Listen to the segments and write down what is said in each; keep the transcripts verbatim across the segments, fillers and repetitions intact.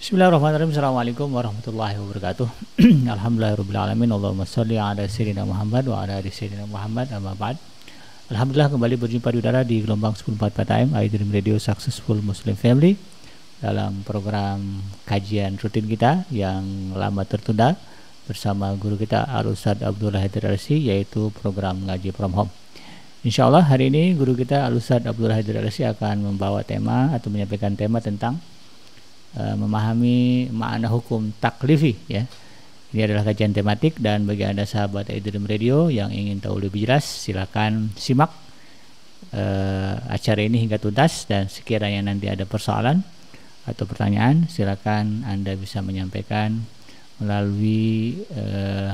Bismillahirrahmanirrahim. Assalamualaikum warahmatullahi wabarakatuh. Alhamdulillahirrabbilalamin. Allahumma sholli ala sayyidina Muhammad wa ala ali sayyidina Muhammad, amma ba'd. Alhamdulillah kembali berjumpa di udara di gelombang sepuluh koma empat A M iDream Radio Successful Muslim Family dalam program kajian rutin kita yang lama tertunda bersama guru kita Al-Ustadz Abdullah Haidir Al-Si, yaitu program ngaji from home. Insyaallah hari ini guru kita Al-Ustadz Abdullah Haidir Al-Si akan membawa tema atau menyampaikan tema tentang uh, memahami makna hukum taklifi, ya. Ini adalah kajian tematik, dan bagi Anda sahabat iDream Radio yang ingin tahu lebih jelas, silakan simak uh, acara ini hingga tuntas, dan sekiranya nanti ada persoalan atau pertanyaan, silakan Anda bisa menyampaikan melalui uh,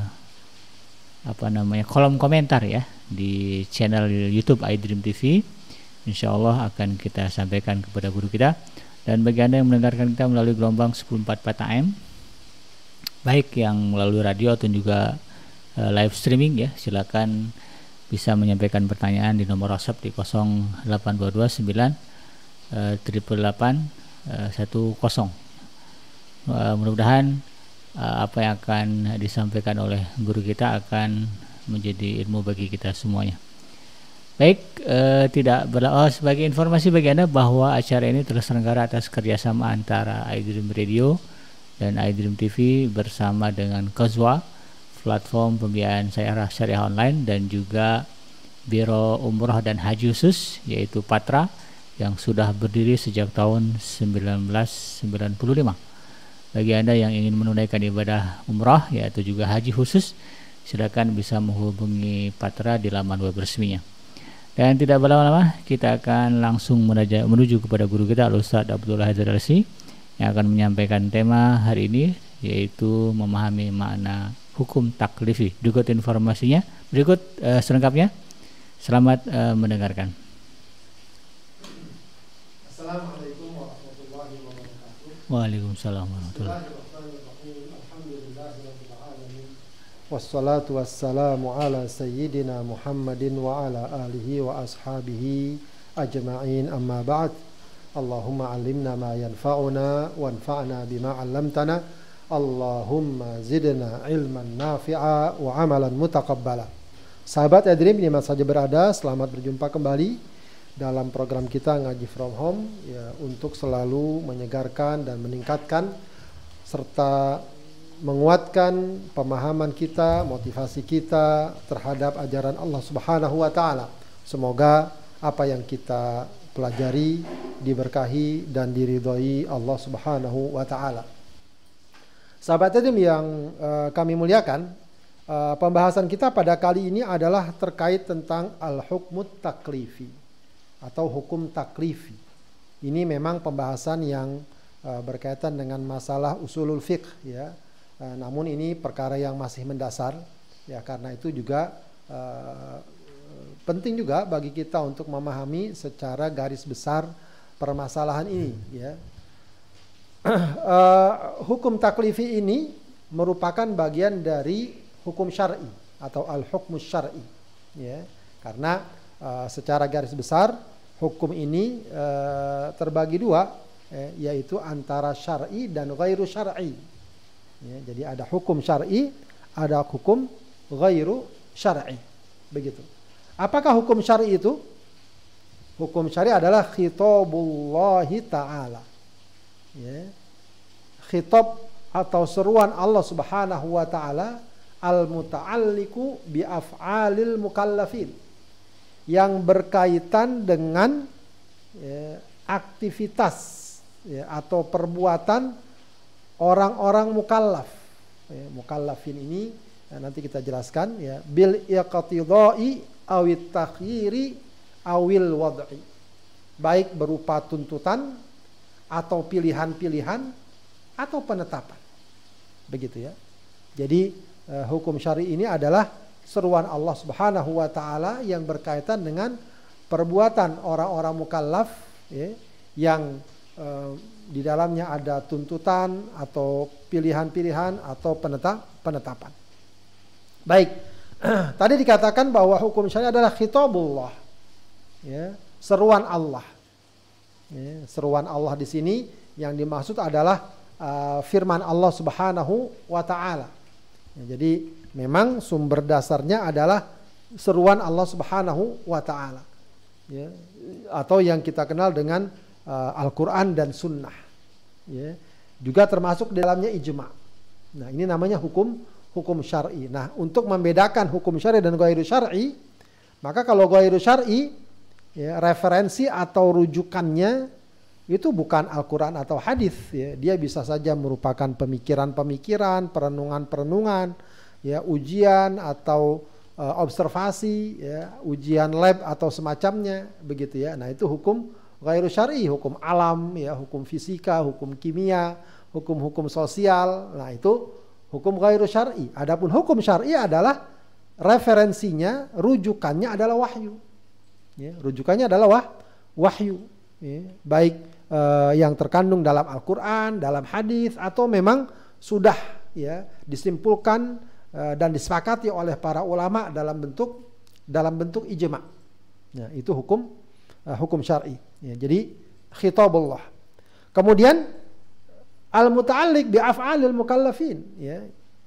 apa namanya kolom komentar, ya, di channel YouTube iDream T V. Insyaallah akan kita sampaikan kepada guru kita. Dan bagi Anda yang mendengarkan kita melalui gelombang sepuluh koma empat A M, baik yang melalui radio atau juga uh, live streaming, ya, silakan bisa menyampaikan pertanyaan di nomor WhatsApp di nol delapan dua dua sembilan delapan delapan satu nol. Uh, mudah-mudahan uh, apa yang akan disampaikan oleh guru kita akan menjadi ilmu bagi kita semuanya. Baik, uh, tidak berla- oh, sebagai informasi bagi Anda bahwa acara ini terselenggara atas kerjasama antara iDream Radio dan iDream T V bersama dengan Kozwa, platform pembiayaan syariah syariah online, dan juga Biro Umroh dan Haji Khusus yaitu Patra yang sudah berdiri sejak tahun seribu sembilan ratus sembilan puluh lima. Bagi Anda yang ingin menunaikan ibadah umrah yaitu juga haji khusus, silakan bisa menghubungi Patra di laman web resminya. Dan tidak berlama-lama, kita akan langsung menuju, menuju kepada guru kita Al-Ustadz Abdullah Haidir Al-Si yang akan menyampaikan tema hari ini, yaitu memahami makna hukum taklifi. Berikut informasinya, berikut uh, selengkapnya. Selamat uh, mendengarkan. Assalamualaikum warahmatullahi wabarakatuh. Waalaikumsalam warahmatullahi wabarakatuh. Wassalatu wassalamu ala sayyidina Muhammadin wa ala alihi wa ashabihi ajma'in, amma ba'd. Allahumma alimna ma yanfa'una wanfa'na bima 'allamtana. Allahumma zidna ilman nafi'a wa amalan mutaqabbala. Sahabat iDream di mana saja berada, selamat berjumpa kembali dalam program kita ngaji from home, ya, untuk selalu menyegarkan dan meningkatkan serta menguatkan pemahaman kita, motivasi kita terhadap ajaran Allah Subhanahu wa taala. Semoga apa yang kita pelajari diberkahi dan diridhoi Allah Subhanahu wa taala. Sahabat iDream yang uh, kami muliakan, uh, pembahasan kita pada kali ini adalah terkait tentang al-hukmut taklifi atau hukum taklifi. Ini memang pembahasan yang uh, berkaitan dengan masalah usulul fiqh, ya. Uh, namun ini perkara yang masih mendasar, ya, karena itu juga uh, penting juga bagi kita untuk memahami secara garis besar permasalahan ini, ya. uh, hukum taklifi ini merupakan bagian dari hukum syar'i atau al-hukmus syar'i, ya. Karena uh, secara garis besar hukum ini uh, terbagi dua, eh, yaitu antara syar'i dan ghairu syar'i. Ya, jadi ada hukum syar'i, ada hukum ghairu syar'i. Begitu. Apakah hukum syar'i itu? Hukum syar'i adalah khitabullahi ta'ala. Ya. Khitab atau seruan Allah Subhanahu wa taala al-muta'alliqu bi af'alil mukallafin, yang berkaitan dengan, ya, aktivitas, ya, atau perbuatan orang-orang mukallaf. Ya, mukallafin ini, ya, nanti kita jelaskan, ya, bil iqtidai awit takhyiri awil wad'i, baik berupa tuntutan atau pilihan-pilihan atau penetapan. Begitu, ya. Jadi eh, hukum syar'i ini adalah seruan Allah Subhanahu wa taala yang berkaitan dengan perbuatan orang-orang mukallaf, ya, yang eh, di dalamnya ada tuntutan atau pilihan-pilihan atau penetap, penetapan. Baik, tadi dikatakan bahwa hukum syariat adalah khitabullah, ya, seruan Allah. Ya, seruan Allah di sini yang dimaksud adalah uh, firman Allah Subhanahu wa taala. Ya, jadi memang sumber dasarnya adalah seruan Allah Subhanahu wa taala. Ya, atau yang kita kenal dengan uh, Al-Qur'an dan Sunnah. Ya, juga termasuk dalamnya ijma'. Nah, ini namanya hukum hukum syar'i. Nah, untuk membedakan hukum syar'i dan ghairu syar'i, maka kalau ghairu syar'i, ya, referensi atau rujukannya itu bukan Al-Quran atau hadis, ya. Dia bisa saja merupakan pemikiran-pemikiran, perenungan-perenungan, ya, ujian atau uh, observasi, ya, ujian lab atau semacamnya, begitu ya. Nah, itu hukum ghairu syar'i, hukum alam, ya, hukum fisika, hukum kimia, hukum-hukum sosial. Nah, itu hukum ghairu syar'i. Adapun hukum syar'i adalah referensinya, rujukannya adalah wahyu. Ya, rujukannya adalah wah, wahyu. Ya, baik uh, yang terkandung dalam Al-Quran, dalam hadis, atau memang sudah, ya, disimpulkan uh, dan disepakati oleh para ulama dalam bentuk dalam bentuk ijma'. Ya, itu hukum uh, hukum syar'i. Ya, jadi khitabullah. Kemudian al-muta'alliq bi af'alil mukallafin, ya.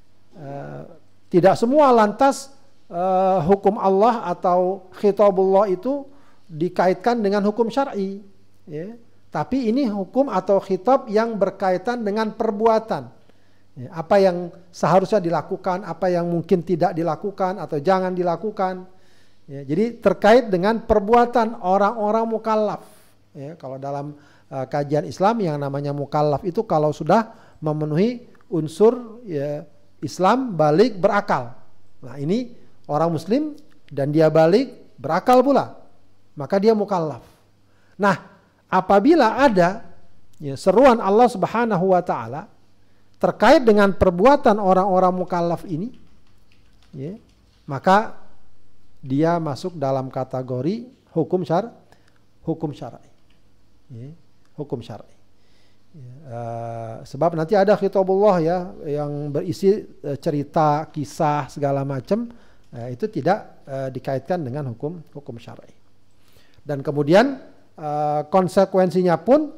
Uh, tidak semua lantas uh, hukum Allah atau khitabullah itu dikaitkan dengan hukum syar'i, ya. Tapi ini hukum atau khitab yang berkaitan dengan perbuatan, ya. Apa yang seharusnya dilakukan, apa yang mungkin tidak dilakukan atau jangan dilakukan, ya. Jadi terkait dengan perbuatan orang-orang mukallaf, ya. Kalau dalam Uh, kajian Islam yang namanya mukallaf itu kalau sudah memenuhi unsur, ya, Islam, balik, berakal. Nah, ini orang muslim dan dia balik, berakal pula, maka dia mukallaf. Nah, apabila ada, ya, seruan Allah Subhanahu wa taala terkait dengan perbuatan orang-orang mukallaf ini, ya, maka dia masuk dalam kategori hukum syar hukum syar'i. Ya. Hukum syar'i. Ya, uh, sebab nanti ada khitabullah, ya, yang berisi uh, cerita, kisah segala macam, uh, itu tidak uh, dikaitkan dengan hukum hukum syar'i. Dan kemudian uh, konsekuensinya pun,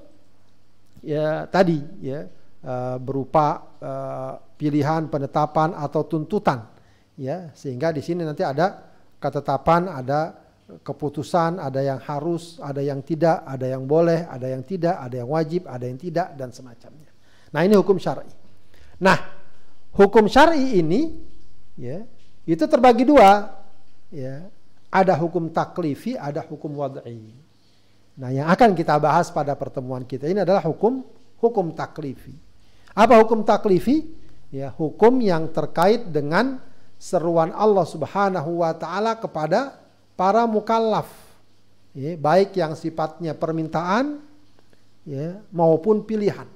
ya, tadi, ya, uh, berupa uh, pilihan, penetapan atau tuntutan, ya, sehingga di sini nanti ada ketetapan, ada keputusan, ada yang harus, ada yang tidak, ada yang boleh, ada yang tidak, ada yang wajib, ada yang tidak, dan semacamnya. Nah, ini hukum syar'i. Nah, hukum syar'i ini, ya, itu terbagi dua, ya. Ada hukum taklifi, ada hukum wad'i. Nah, yang akan kita bahas pada pertemuan kita ini adalah hukum hukum taklifi. Apa hukum taklifi? Ya, hukum yang terkait dengan seruan Allah Subhanahu wa taala kepada para mukallaf, ya, baik yang sifatnya permintaan, ya, maupun pilihan,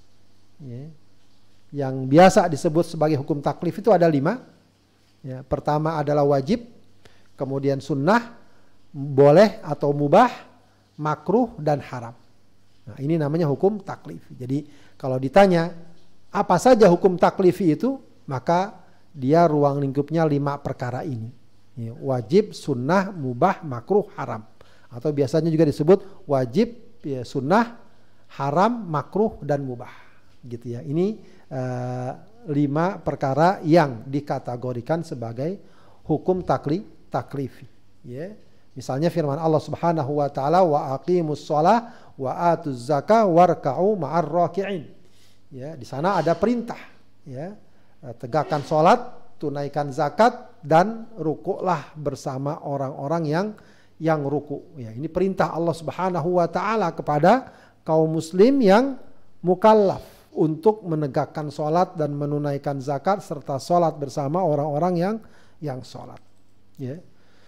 ya. Yang biasa disebut sebagai hukum taklif itu ada lima, ya. Pertama adalah wajib, kemudian sunnah, boleh atau mubah, makruh, dan haram. Nah, ini namanya hukum taklif. Jadi kalau ditanya apa saja hukum taklifi itu, maka dia ruang lingkupnya lima perkara ini. Ya, wajib, sunnah, mubah, makruh, haram. Atau biasanya juga disebut wajib, ya, sunnah, haram, makruh, dan mubah. Gitu ya. Ini uh, lima perkara yang dikategorikan sebagai hukum takli, taklifi. Ya. Misalnya firman Allah Subhanahu wa taala, wa aqimus shalah wa atuz zakah warka'u ma'ar raki'in. Ya, di sana ada perintah, ya. Tegakkan salat, tunaikan zakat, dan rukuklah bersama orang-orang yang yang ruku. Ya, ini perintah Allah Subhanahu wa taala kepada kaum muslim yang mukallaf untuk menegakkan salat dan menunaikan zakat serta salat bersama orang-orang yang yang salat. Ya.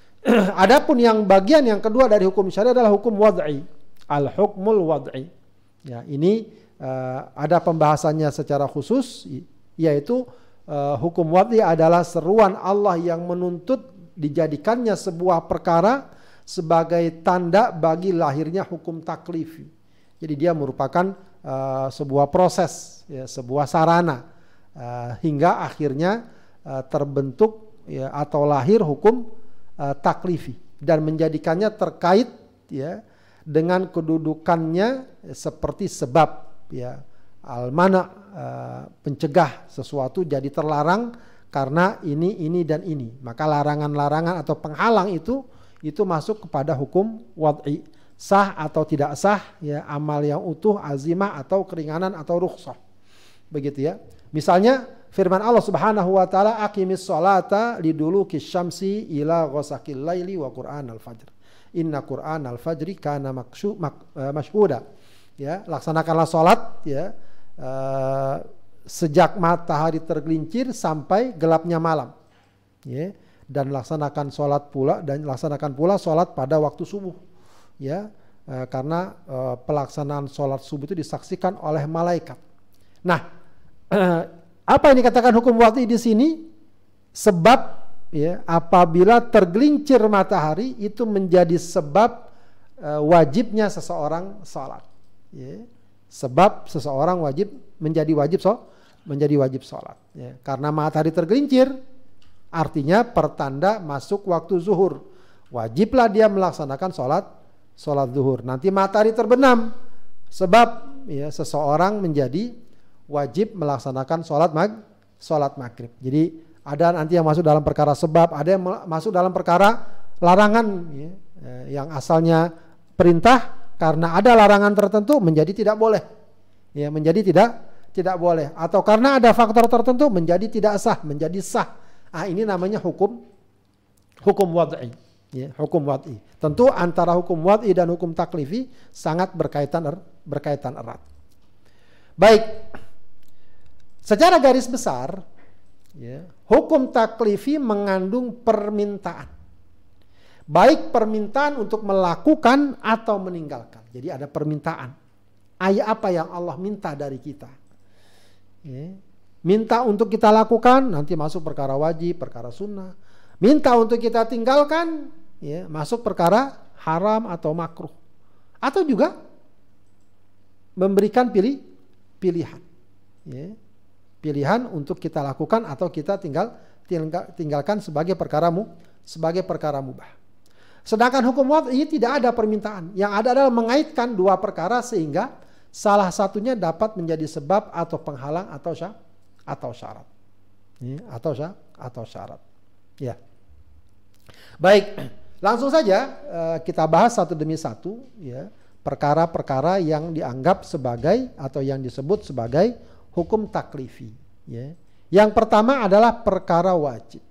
Adapun yang bagian yang kedua dari hukum syariat adalah hukum wad'i, al-hukmul wad'i. Ya, ini uh, ada pembahasannya secara khusus, yaitu Uh, hukum wad'i adalah seruan Allah yang menuntut dijadikannya sebuah perkara sebagai tanda bagi lahirnya hukum taklifi. Jadi dia merupakan uh, sebuah proses, ya, sebuah sarana uh, hingga akhirnya uh, terbentuk, ya, atau lahir hukum uh, taklifi dan menjadikannya terkait, ya, dengan kedudukannya seperti sebab, ya, al-mana, uh, pencegah sesuatu jadi terlarang karena ini, ini dan ini. Maka larangan-larangan atau penghalang itu itu masuk kepada hukum wad'i. Sah atau tidak sah, ya, amal yang utuh, azimah atau keringanan atau rukhsah. Begitu ya. Misalnya firman Allah Subhanahu wa taala, aqimis sholata liduluki syamsi ila ghasaqil laili wa qur'anal fajr. Inna qur'anal fajri kana makshu, mak, uh, mashhuda. Ya, laksanakanlah salat, ya, uh, sejak matahari tergelincir sampai gelapnya malam, ya, dan laksanakan sholat pula dan laksanakan pula sholat pada waktu subuh, ya, e, karena e, pelaksanaan sholat subuh itu disaksikan oleh malaikat. Nah, e, apa yang dikatakan hukum wad'i di sini? Sebab, ya, apabila tergelincir matahari itu menjadi sebab e, wajibnya seseorang sholat, ya. Sebab seseorang wajib menjadi wajib sholat. menjadi wajib sholat, ya. Karena matahari tergelincir artinya pertanda masuk waktu zuhur, wajiblah dia melaksanakan sholat sholat zuhur. Nanti matahari terbenam, sebab, ya, seseorang menjadi wajib melaksanakan sholat mag sholat maghrib. Jadi ada nanti yang masuk dalam perkara sebab, ada yang masuk dalam perkara larangan, ya, yang asalnya perintah karena ada larangan tertentu menjadi tidak boleh, ya, menjadi tidak tidak boleh, atau karena ada faktor tertentu menjadi tidak sah, menjadi sah. Ah, ini namanya hukum hukum wad'i, ya, hukum wad'i. Tentu antara hukum wad'i dan hukum taklifi sangat berkaitan er, berkaitan erat. Baik, secara garis besar, ya, hukum taklifi mengandung permintaan, baik permintaan untuk melakukan atau meninggalkan. Jadi ada permintaan. Ayat apa yang Allah minta dari kita? Ya. Minta untuk kita lakukan, nanti masuk perkara wajib, perkara sunnah. Minta untuk kita tinggalkan, ya, masuk perkara haram atau makruh. Atau juga memberikan pilih pilihan, ya, pilihan untuk kita lakukan atau kita tinggal, tinggal tinggalkan sebagai perkara mu, sebagai perkara mubah. Sedangkan hukum wad'i tidak ada permintaan. Yang ada adalah mengaitkan dua perkara sehingga salah satunya dapat menjadi sebab atau penghalang atau syarat, atau syarat, ya, atau syarat, atau syarat. Ya. Baik, langsung saja uh, kita bahas satu demi satu, ya, perkara-perkara yang dianggap sebagai atau yang disebut sebagai hukum taklifi. Ya. Yang pertama adalah perkara wajib.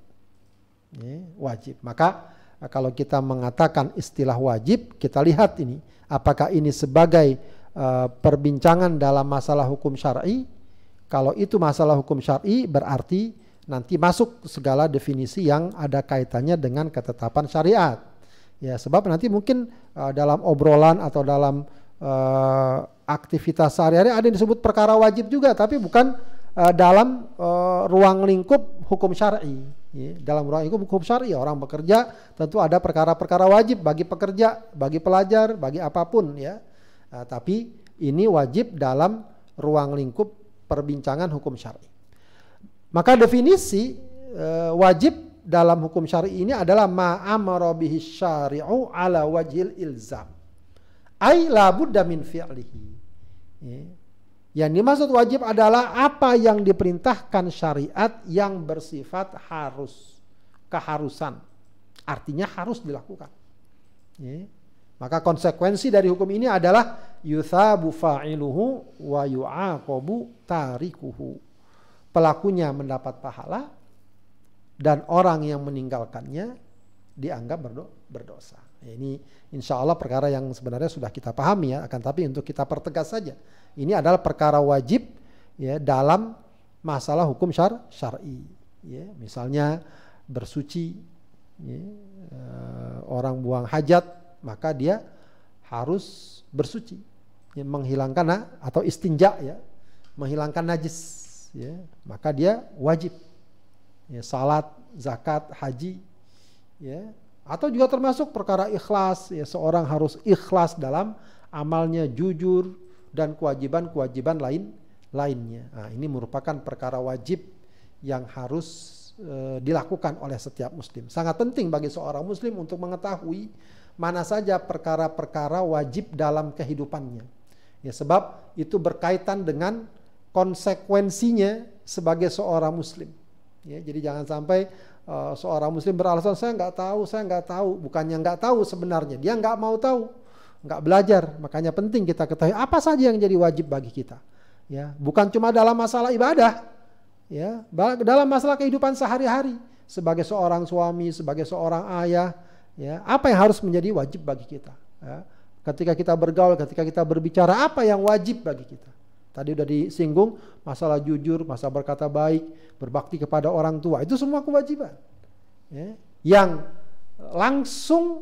Ya, wajib. Maka kalau kita mengatakan istilah wajib, kita lihat ini apakah ini sebagai Uh, perbincangan dalam masalah hukum syar'i. Kalau itu masalah hukum syar'i berarti nanti masuk segala definisi yang ada kaitannya dengan ketetapan syariat. Ya, sebab nanti mungkin uh, dalam obrolan atau dalam uh, aktivitas sehari-hari ada yang disebut perkara wajib juga, tapi bukan uh, dalam uh, ruang lingkup hukum syar'i. Ya, dalam ruang lingkup hukum syar'i orang bekerja tentu ada perkara-perkara wajib bagi pekerja, bagi pelajar, bagi apapun, ya. Uh, tapi ini wajib dalam ruang lingkup perbincangan hukum syar'i. Maka definisi uh, wajib dalam hukum syar'i ini adalah ma'amara bihi syari'u ala wajhil ilzam. Ai la budda min fi'lihi. Ya. Yang dimaksud wajib adalah apa yang diperintahkan syariat yang bersifat harus, keharusan. Artinya harus dilakukan. Ya. Maka konsekuensi dari hukum ini adalah yuthabu fa'iluhu wa yu'aqabu tarikuhu. Pelakunya mendapat pahala dan orang yang meninggalkannya dianggap berdo berdosa. Ini insya Allah perkara yang sebenarnya sudah kita pahami, ya. Akan tapi untuk kita pertegas saja, ini adalah perkara wajib, ya, dalam masalah hukum syar syar'i. Ya. Misalnya bersuci, ya, uh, orang buang hajat, maka dia harus bersuci, ya, menghilangkan atau istinja, ya, menghilangkan najis, ya, maka dia wajib, ya, salat, zakat, haji, ya, atau juga termasuk perkara ikhlas, ya, seorang harus ikhlas dalam amalnya, jujur dan kewajiban-kewajiban lain lainnya. Nah, ini merupakan perkara wajib yang harus e, dilakukan oleh setiap muslim. Sangat penting bagi seorang muslim untuk mengetahui mana saja perkara-perkara wajib dalam kehidupannya. Ya, sebab itu berkaitan dengan konsekuensinya sebagai seorang muslim. Ya, jadi jangan sampai uh, seorang muslim beralasan saya nggak tahu, saya nggak tahu. Bukannya nggak tahu sebenarnya, dia nggak mau tahu, nggak belajar. Makanya penting kita ketahui apa saja yang jadi wajib bagi kita. Ya, bukan cuma dalam masalah ibadah, ya, dalam masalah kehidupan sehari-hari sebagai seorang suami, sebagai seorang ayah, ya, apa yang harus menjadi wajib bagi kita. Ya. Ketika kita bergaul, ketika kita berbicara, apa yang wajib bagi kita. Tadi udah disinggung masalah jujur, masalah berkata baik, berbakti kepada orang tua, itu semua kewajiban, ya, yang langsung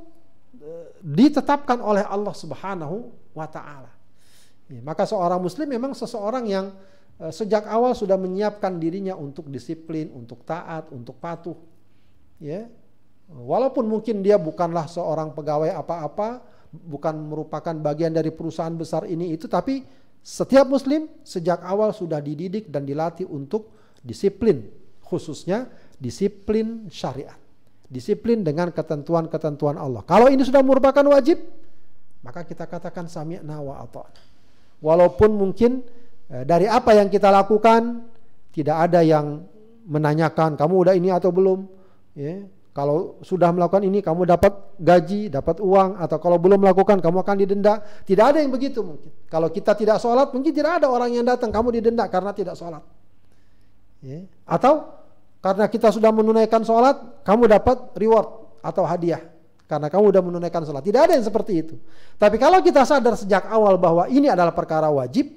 ditetapkan oleh Allah Subhanahu wa Ta'ala. Ya, maka seorang muslim memang seseorang yang uh, sejak awal sudah menyiapkan dirinya untuk disiplin, untuk taat, untuk patuh. Ya, walaupun mungkin dia bukanlah seorang pegawai apa-apa, bukan merupakan bagian dari perusahaan besar ini itu, tapi setiap muslim sejak awal sudah dididik dan dilatih untuk disiplin, khususnya disiplin syariat, disiplin dengan ketentuan-ketentuan Allah. Kalau ini sudah merupakan wajib, maka kita katakan sami'na wa ata'na. Walaupun mungkin eh, dari apa yang kita lakukan tidak ada yang menanyakan kamu udah ini atau belum, ya. Kalau sudah melakukan ini kamu dapat gaji, dapat uang, atau kalau belum melakukan kamu akan didenda. Tidak ada yang begitu mungkin. Kalau kita tidak sholat mungkin tidak ada orang yang datang kamu didenda karena tidak sholat, ya. Atau karena kita sudah menunaikan sholat kamu dapat reward atau hadiah karena kamu sudah menunaikan sholat. Tidak ada yang seperti itu. Tapi kalau kita sadar sejak awal bahwa ini adalah perkara wajib,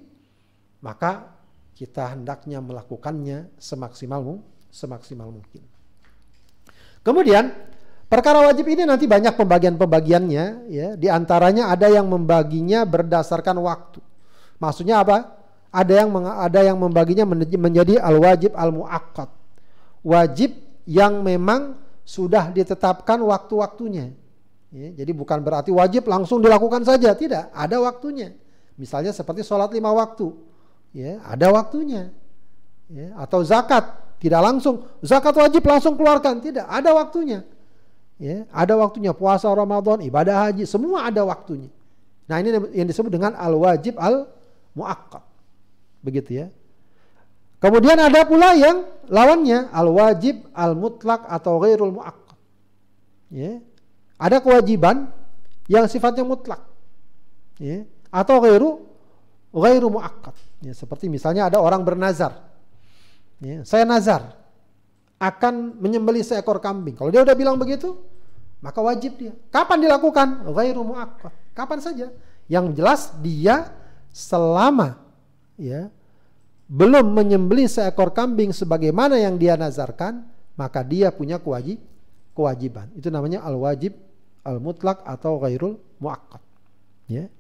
maka kita hendaknya melakukannya semaksimal semaksimal mungkin. Kemudian perkara wajib ini nanti banyak pembagian-pembagiannya, ya. Di antaranya ada yang membaginya berdasarkan waktu. Maksudnya apa? Ada yang ada yang membaginya menjadi al-wajib al-muaqqat. Wajib yang memang sudah ditetapkan waktu-waktunya. Ya, jadi bukan berarti wajib langsung dilakukan saja, tidak, ada waktunya. Misalnya seperti sholat lima waktu, ya, ada waktunya. Ya, atau zakat. Tidak langsung, zakat wajib langsung keluarkan. Tidak, ada waktunya. Ya, ada waktunya, puasa Ramadan, ibadah haji, semua ada waktunya. Nah ini yang disebut dengan al-wajib al-muaqqat. Begitu ya. Kemudian ada pula yang lawannya, al-wajib al-mutlak atau ghairul muaqqat. Ya. Ada kewajiban yang sifatnya mutlak. Ya. Atau ghairu, ghairu muaqqat. Ya, seperti misalnya ada orang bernazar. Ya, saya nazar akan menyembelih seekor kambing. Kalau dia udah bilang begitu, maka wajib dia. Kapan dilakukan? Ghairu muaqqat. Kapan saja. Yang jelas dia selama ya belum menyembelih seekor kambing sebagaimana yang dia nazarkan, maka dia punya kewajib, kewajiban. Itu namanya al-wajib al-mutlak atau ghairul muaqqat. Ya.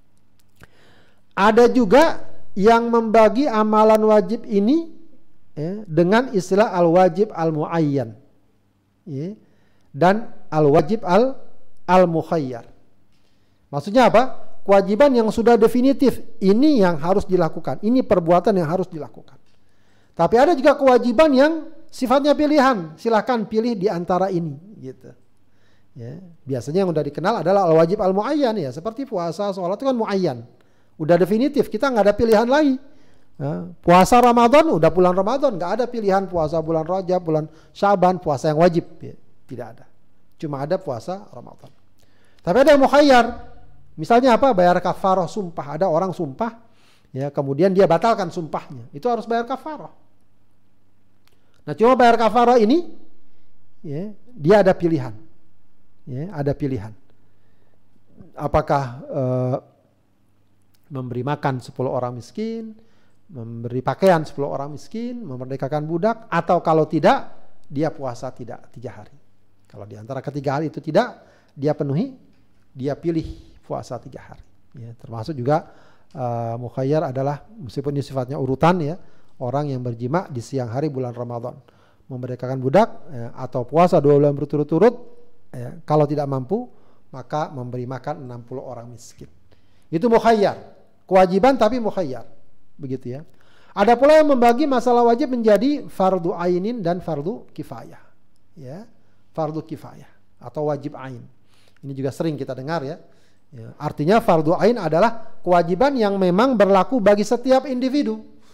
Ada juga yang membagi amalan wajib ini, ya, dengan istilah al-wajib al-muayyan, ya, dan al-wajib al al-mukhayyar. Maksudnya apa? Kewajiban yang sudah definitif, ini yang harus dilakukan, ini perbuatan yang harus dilakukan. Tapi ada juga kewajiban yang sifatnya pilihan, silakan pilih di antara ini, gitu. Ya, biasanya yang sudah dikenal adalah al-wajib al-muayyan, ya, seperti puasa, sholat itu kan muayyan, udah definitif, kita nggak ada pilihan lagi. Ya, puasa Ramadan, udah bulan Ramadan, nggak ada pilihan puasa bulan Rajab, bulan Syaban, puasa yang wajib, ya, tidak ada. Cuma ada puasa Ramadan. Tapi ada yang mukhayyar. Misalnya apa? Bayar kafarah sumpah. Ada orang sumpah, ya, kemudian dia batalkan sumpahnya, itu harus bayar kafarah. Nah, cuma bayar kafarah ini, ya, dia ada pilihan, ya, ada pilihan. Apakah uh, memberi makan sepuluh orang miskin, memberi pakaian sepuluh orang miskin, memerdekakan budak, atau kalau tidak, dia puasa tidak tiga hari. Kalau di antara ketiga hal itu tidak dia penuhi, dia pilih puasa tiga hari. Ya, termasuk juga uh, mukhayyar adalah, meskipun ini sifatnya urutan, ya, orang yang berjima di siang hari bulan Ramadan, memerdekakan budak, ya, atau puasa dua bulan berturut-turut, ya, kalau tidak mampu maka memberi makan enam puluh orang miskin. Itu mukhayyar, kewajiban tapi mukhayyar. Begitu ya. Ada pula yang membagi masalah wajib menjadi fardu ainin dan fardu kifayah. Ya, fardu kifayah atau wajib ain. Ini juga sering kita dengar, ya. Ya, artinya fardu ain adalah kewajiban yang memang berlaku bagi setiap individu.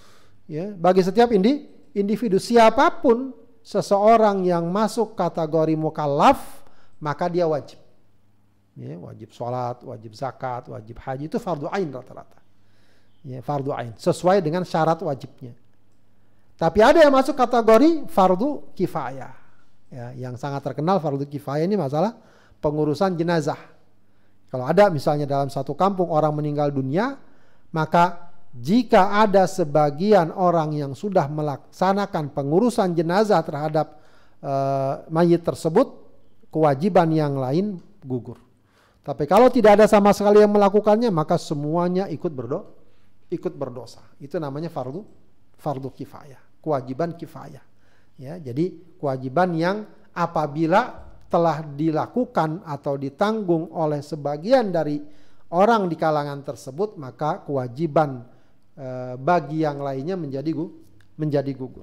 Ya, bagi setiap indi, individu siapapun seseorang yang masuk kategori mukallaf, maka dia wajib. Ya, wajib sholat, wajib zakat, wajib haji, itu fardu ain rata-rata. Ya, fardu ain sesuai dengan syarat wajibnya. Tapi ada yang masuk kategori fardu kifayah. Ya, yang sangat terkenal fardu kifayah ini masalah pengurusan jenazah. Kalau ada misalnya dalam satu kampung orang meninggal dunia, maka jika ada sebagian orang yang sudah melaksanakan pengurusan jenazah terhadap uh, mayit tersebut, kewajiban yang lain gugur. Tapi kalau tidak ada sama sekali yang melakukannya, maka semuanya ikut berdo, ikut berdosa. Itu namanya fardu fardu kifayah, kewajiban kifayah. Ya, jadi kewajiban yang apabila telah dilakukan atau ditanggung oleh sebagian dari orang di kalangan tersebut, maka kewajiban e, bagi yang lainnya menjadi gu, menjadi gugur.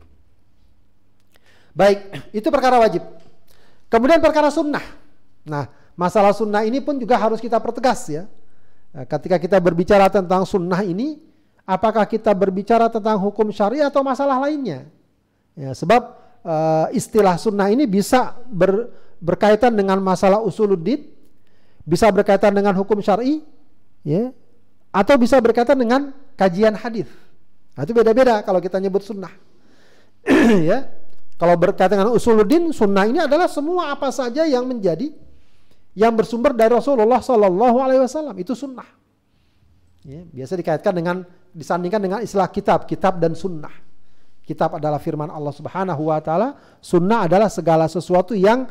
Baik, itu perkara wajib. Kemudian perkara sunnah. Nah, masalah sunnah ini pun juga harus kita pertegas ya. Ketika kita berbicara tentang sunnah ini, apakah kita berbicara tentang hukum syariah atau masalah lainnya? Ya, sebab e, istilah sunnah ini bisa ber berkaitan dengan masalah usuluddin, bisa berkaitan dengan hukum syar'i, ya, atau bisa berkaitan dengan kajian hadis. Nah, itu beda-beda kalau kita nyebut sunnah. Ya, kalau berkaitan dengan usuluddin, sunnah ini adalah semua apa saja yang menjadi, yang bersumber dari Rasulullah Sallallahu Alaihi Wasallam, itu sunnah. Ya, biasa dikaitkan dengan, disandingkan dengan istilah kitab, kitab dan sunnah. Kitab adalah firman Allah Subhanahu Wa Taala, sunnah adalah segala sesuatu yang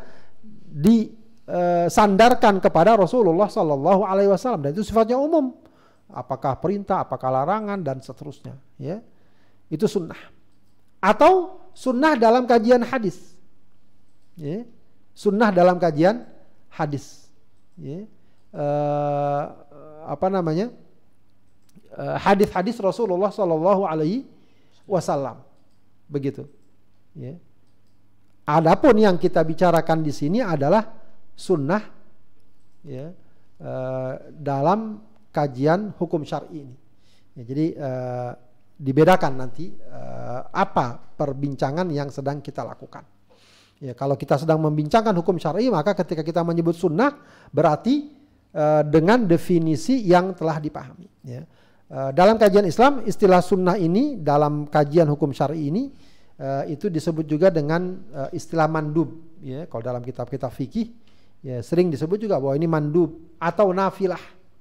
disandarkan kepada Rasulullah Sallallahu Alaihi Wasallam, dan itu sifatnya umum, apakah perintah, apakah larangan, dan seterusnya. Ya, itu sunnah. Atau sunnah dalam kajian hadis. Ya, sunnah dalam kajian hadis. Ya, uh, apa namanya? Uh, hadis-hadis Rasulullah Sallallahu Alaihi Wasallam, begitu. Ya. Adapun yang kita bicarakan di sini adalah sunnah ya, e, dalam kajian hukum syar'i ini. Ya, jadi e, dibedakan nanti e, apa perbincangan yang sedang kita lakukan. Ya, kalau kita sedang membincangkan hukum syar'i, maka ketika kita menyebut sunnah berarti e, dengan definisi yang telah dipahami. Ya. E, dalam kajian Islam, istilah sunnah ini dalam kajian hukum syar'i ini Uh, itu disebut juga dengan uh, istilah mandub ya. Kalau dalam kitab-kitab fikih ya, sering disebut juga bahwa ini mandub atau nafilah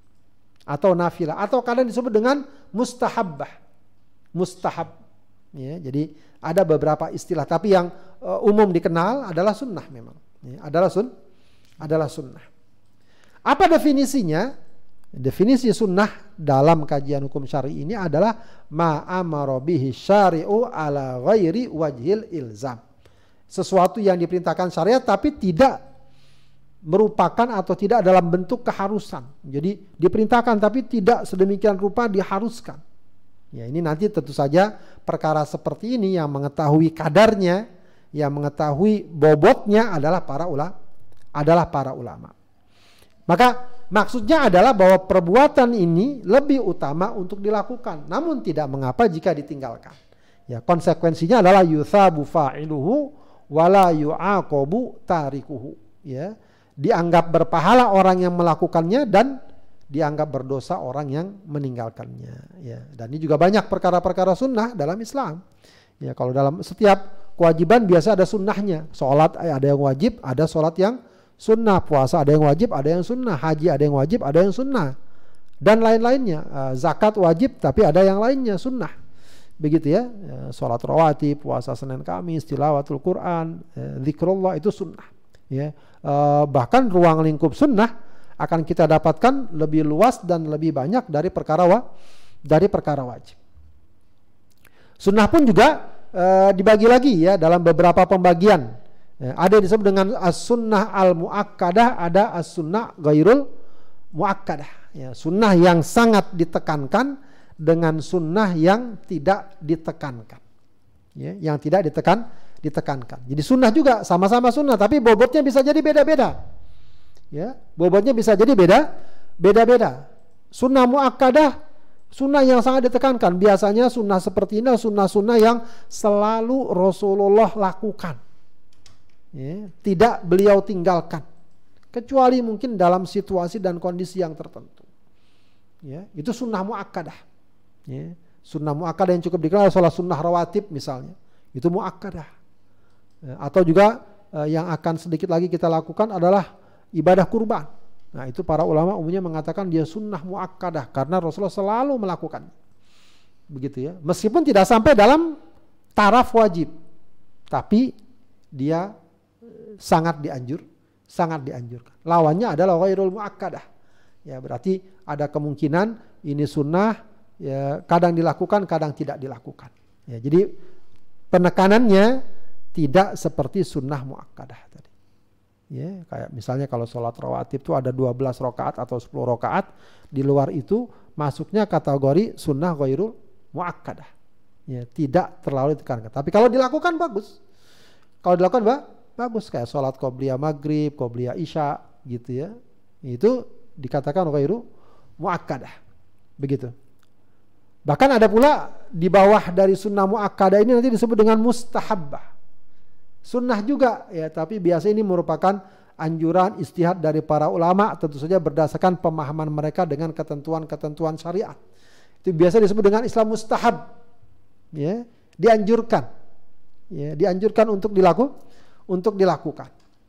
atau nafilah atau kadang disebut dengan mustahabbah, mustahab ya. Jadi ada beberapa istilah, tapi yang uh, umum dikenal adalah sunnah memang ya, adalah sun adalah sunnah. Apa definisinya? Definisi sunnah dalam kajian hukum syar'i ini adalah ma amara bihi syari'u ala ghairi wajhil ilzam. Sesuatu yang diperintahkan syariat tapi tidak merupakan atau tidak dalam bentuk keharusan. Jadi diperintahkan tapi tidak sedemikian rupa diharuskan. Ya, ini nanti tentu saja perkara seperti ini yang mengetahui kadarnya, yang mengetahui bobotnya adalah para ulama, adalah para ulama. Maka maksudnya adalah bahwa perbuatan ini lebih utama untuk dilakukan, namun tidak mengapa jika ditinggalkan. Ya, konsekuensinya adalah yuthabu fa'iluhu wala yu'aqabu tarikuhu. Ya, dianggap berpahala orang yang melakukannya dan dianggap berdosa orang yang meninggalkannya. Ya, dan ini juga banyak perkara-perkara sunnah dalam Islam. Ya, kalau dalam setiap kewajiban biasa ada sunnahnya. Sholat ada yang wajib, ada sholat yang sunnah, puasa ada yang wajib, ada yang sunnah, haji ada yang wajib, ada yang sunnah, dan lain-lainnya. Uh, zakat wajib, tapi ada yang lainnya sunnah, begitu ya. Uh, sholat rawatib, puasa Senin Kamis, tilawatul Quran, uh, zikrullah itu sunnah. Ya, uh, bahkan ruang lingkup sunnah akan kita dapatkan lebih luas dan lebih banyak dari perkara wa, dari perkara wajib. Sunnah pun juga uh, dibagi lagi ya dalam beberapa pembagian. Ya, ada yang disebut dengan as-sunnah al-mu'akkadah, ada as-sunnah ghairul mu'akkadah. Ya, sunnah yang sangat ditekankan dengan sunnah yang tidak ditekankan. Ya, yang tidak ditekan, ditekankan. Jadi sunnah juga sama-sama sunnah, tapi bobotnya bisa jadi beda-beda. Ya, bobotnya bisa jadi beda, beda-beda. Sunnah mu'akkadah Sunnah yang sangat ditekankan. Biasanya sunnah seperti ini sunnah-sunnah yang selalu Rasulullah lakukan. Ya, tidak beliau tinggalkan. Kecuali mungkin dalam situasi dan kondisi yang tertentu. Ya, itu sunnah muakkadah. Ya, sunnah muakkadah yang cukup dikenal sholat sunnah rawatib misalnya. Itu muakkadah. Ya, atau juga eh, yang akan sedikit lagi kita lakukan adalah ibadah kurban. Nah, itu para ulama umumnya mengatakan dia sunnah muakkadah karena Rasulullah selalu melakukan. Begitu ya. Meskipun tidak sampai dalam taraf wajib. Tapi dia sangat dianjur, sangat dianjurkan. Lawannya adalah ghairul muakkadah. Ya, berarti ada kemungkinan ini sunnah ya, kadang dilakukan, kadang tidak dilakukan. Ya, jadi penekanannya tidak seperti sunnah muakkadah tadi. Ya, kayak misalnya kalau sholat rawatib itu ada dua belas rakaat atau sepuluh rakaat, di luar itu masuknya kategori sunnah ghairul muakkadah. Ya, tidak terlalu ditekankan. Tapi kalau dilakukan bagus. Kalau dilakukan bah, bagus kayak sholat qobliyah maghrib, qobliyah isya gitu ya. Itu dikatakan ghairu muakkadah. Begitu. Bahkan ada pula di bawah dari sunnah muakkadah ini nanti disebut dengan mustahabbah. Sunnah juga ya, tapi biasa ini merupakan anjuran istihad dari para ulama, tentu saja berdasarkan pemahaman mereka dengan ketentuan-ketentuan syariat. Itu biasa disebut dengan Islam mustahab. Ya, dianjurkan. Ya, dianjurkan untuk dilaku, untuk dilakukan.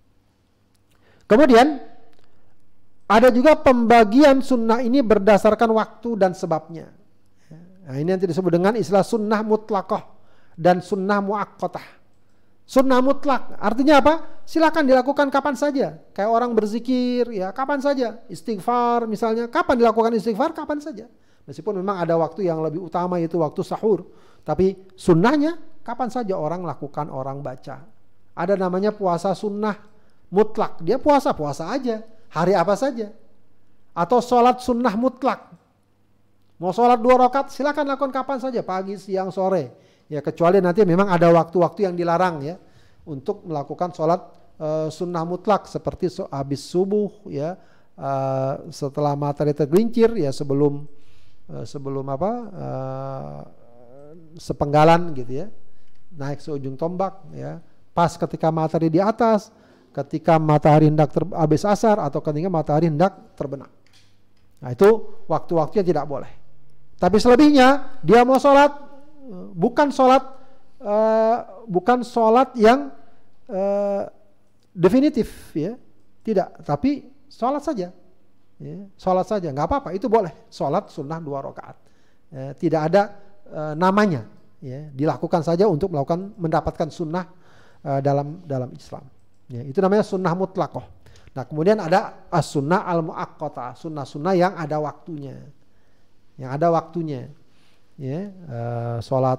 Kemudian ada juga pembagian sunnah ini berdasarkan waktu dan sebabnya. Nah, ini nanti disebut dengan istilah sunnah mutlaqah dan sunnah muaqqatah. Sunnah mutlak artinya apa? Silakan dilakukan kapan saja. Kayak orang berzikir ya kapan saja. Istighfar misalnya, kapan dilakukan istighfar? Kapan saja. Meskipun memang ada waktu yang lebih utama yaitu waktu sahur. Tapi sunnahnya kapan saja orang lakukan, orang baca. Ada namanya puasa sunnah mutlak. Dia puasa, puasa aja. Hari apa saja. Atau sholat sunnah mutlak. Mau sholat dua rakaat silakan lakukan kapan saja. Pagi, siang, sore. Ya, kecuali nanti memang ada waktu-waktu yang dilarang ya untuk melakukan sholat uh, sunnah mutlak seperti so, habis subuh ya uh, setelah matahari tergelincir ya sebelum uh, sebelum apa uh, sepenggalan gitu ya naik seujung tombak ya pas ketika matahari di atas, ketika matahari hendak ter, habis asar atau ketika matahari hendak terbenam. Nah itu waktu-waktunya tidak boleh. Tapi selebihnya dia mau sholat bukan sholat uh, bukan sholat yang uh, definitif ya tidak, tapi sholat saja ya, sholat saja nggak apa-apa, itu boleh sholat sunnah dua rakaat ya, tidak ada uh, namanya ya, dilakukan saja untuk melakukan mendapatkan sunnah uh, dalam dalam Islam ya, itu namanya sunnah mutlaqah. Nah kemudian ada as-sunnah al-muaqqatah, sunnah-sunnah yang ada waktunya yang ada waktunya ya, uh, sholat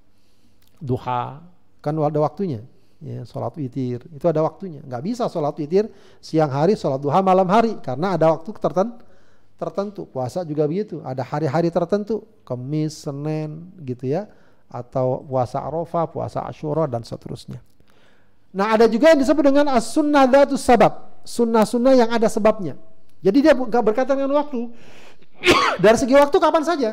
duha kan ada waktunya ya, sholat witir itu ada waktunya, nggak bisa sholat witir siang hari, sholat duha malam hari karena ada waktu tertentu. tertentu Puasa juga begitu, ada hari-hari tertentu, Kamis, Senin gitu ya, atau puasa Arafah, puasa Asyura dan seterusnya. Nah ada juga yang disebut dengan as-sunnah dzatus sabab, sunnah-sunnah yang ada sebabnya. Jadi dia nggak berkaitan dengan waktu. Dari segi waktu kapan saja.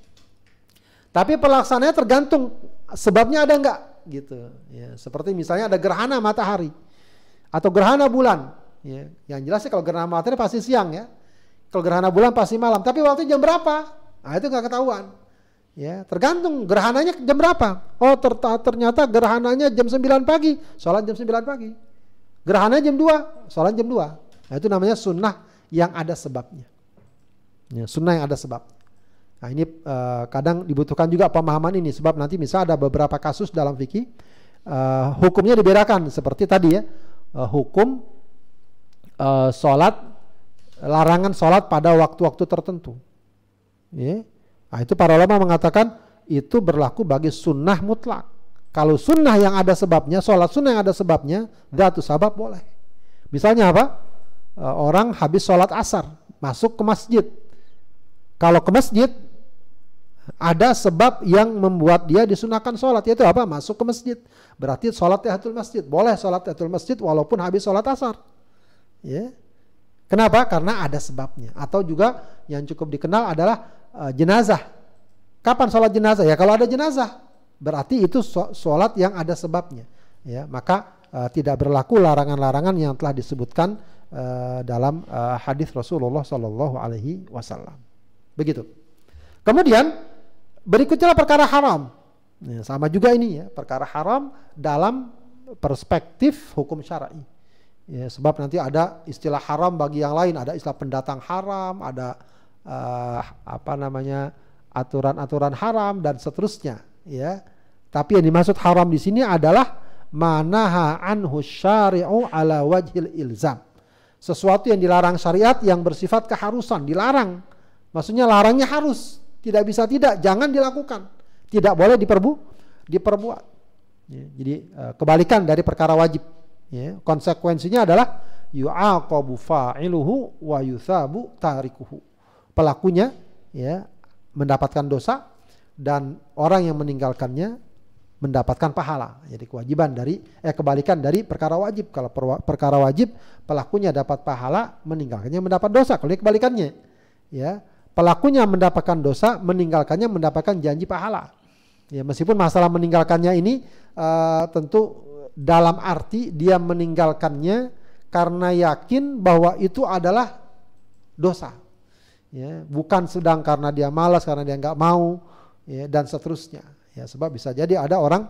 Tapi pelaksanaannya tergantung sebabnya ada enggak gitu. Ya, seperti misalnya ada gerhana matahari atau gerhana bulan. Ya, yang jelas sih kalau gerhana matahari pasti siang ya. Kalau gerhana bulan pasti malam. Tapi waktu jam berapa? Nah itu nggak ketahuan. Ya, tergantung gerhananya jam berapa. Oh ter ternyata gerhananya jam sembilan pagi, sholat jam sembilan pagi. Gerhana jam dua, sholat jam dua. Nah itu namanya sunnah yang ada sebabnya. Ya, sunnah yang ada sebab. Nah ini uh, kadang dibutuhkan juga pemahaman ini sebab nanti misal ada beberapa kasus dalam fikih uh, hukumnya dibedakan seperti tadi ya uh, hukum uh, sholat larangan sholat pada waktu-waktu tertentu. Ya. Nah itu para ulama mengatakan itu berlaku bagi sunnah mutlak. Kalau sunnah yang ada sebabnya, sholat sunnah yang ada sebabnya, dzatus sabab boleh. Misalnya apa? Uh, orang habis sholat asar masuk ke masjid. Kalau ke masjid ada sebab yang membuat dia disunahkan sholat, yaitu apa? Masuk ke masjid. Berarti sholat tahiyatul masjid. Boleh sholat tahiyatul masjid walaupun habis sholat asar. Ya. Kenapa? Karena ada sebabnya. Atau juga yang cukup dikenal adalah uh, jenazah. Kapan sholat jenazah? Ya kalau ada jenazah, berarti itu sholat yang ada sebabnya. Ya, maka uh, tidak berlaku larangan-larangan yang telah disebutkan uh, dalam uh, hadis Rasulullah Shallallahu Alaihi Wasallam. Begitu. Kemudian berikutnya perkara haram. Ya, sama juga ini ya, perkara haram dalam perspektif hukum syar'i. Ya, sebab nanti ada istilah haram bagi yang lain, ada istilah pendatang haram, ada uh, apa namanya aturan-aturan haram dan seterusnya. Ya, tapi yang dimaksud haram di sini adalah manaha anhu syari'u ala wajhil ilzam. Sesuatu yang dilarang syariat yang bersifat keharusan, dilarang. Maksudnya larangnya harus, tidak bisa tidak, jangan dilakukan. Tidak boleh diperbu, diperbuat. Ya, jadi uh, kebalikan dari perkara wajib. Ya, konsekuensinya adalah yu'aqabu fa'iluhu wa yuthabu tarikuhu. Pelakunya ya mendapatkan dosa dan orang yang meninggalkannya mendapatkan pahala. Jadi kewajiban dari eh kebalikan dari perkara wajib. Kalau per, perkara wajib pelakunya dapat pahala, meninggalkannya mendapat dosa. Kalau kebalikannya, ya pelakunya mendapatkan dosa, meninggalkannya mendapatkan janji pahala. Ya meskipun masalah meninggalkannya ini uh, tentu dalam arti dia meninggalkannya karena yakin bahwa itu adalah dosa. Ya, bukan sedang karena dia malas, karena dia nggak mau, ya, dan seterusnya. Ya, sebab bisa jadi ada orang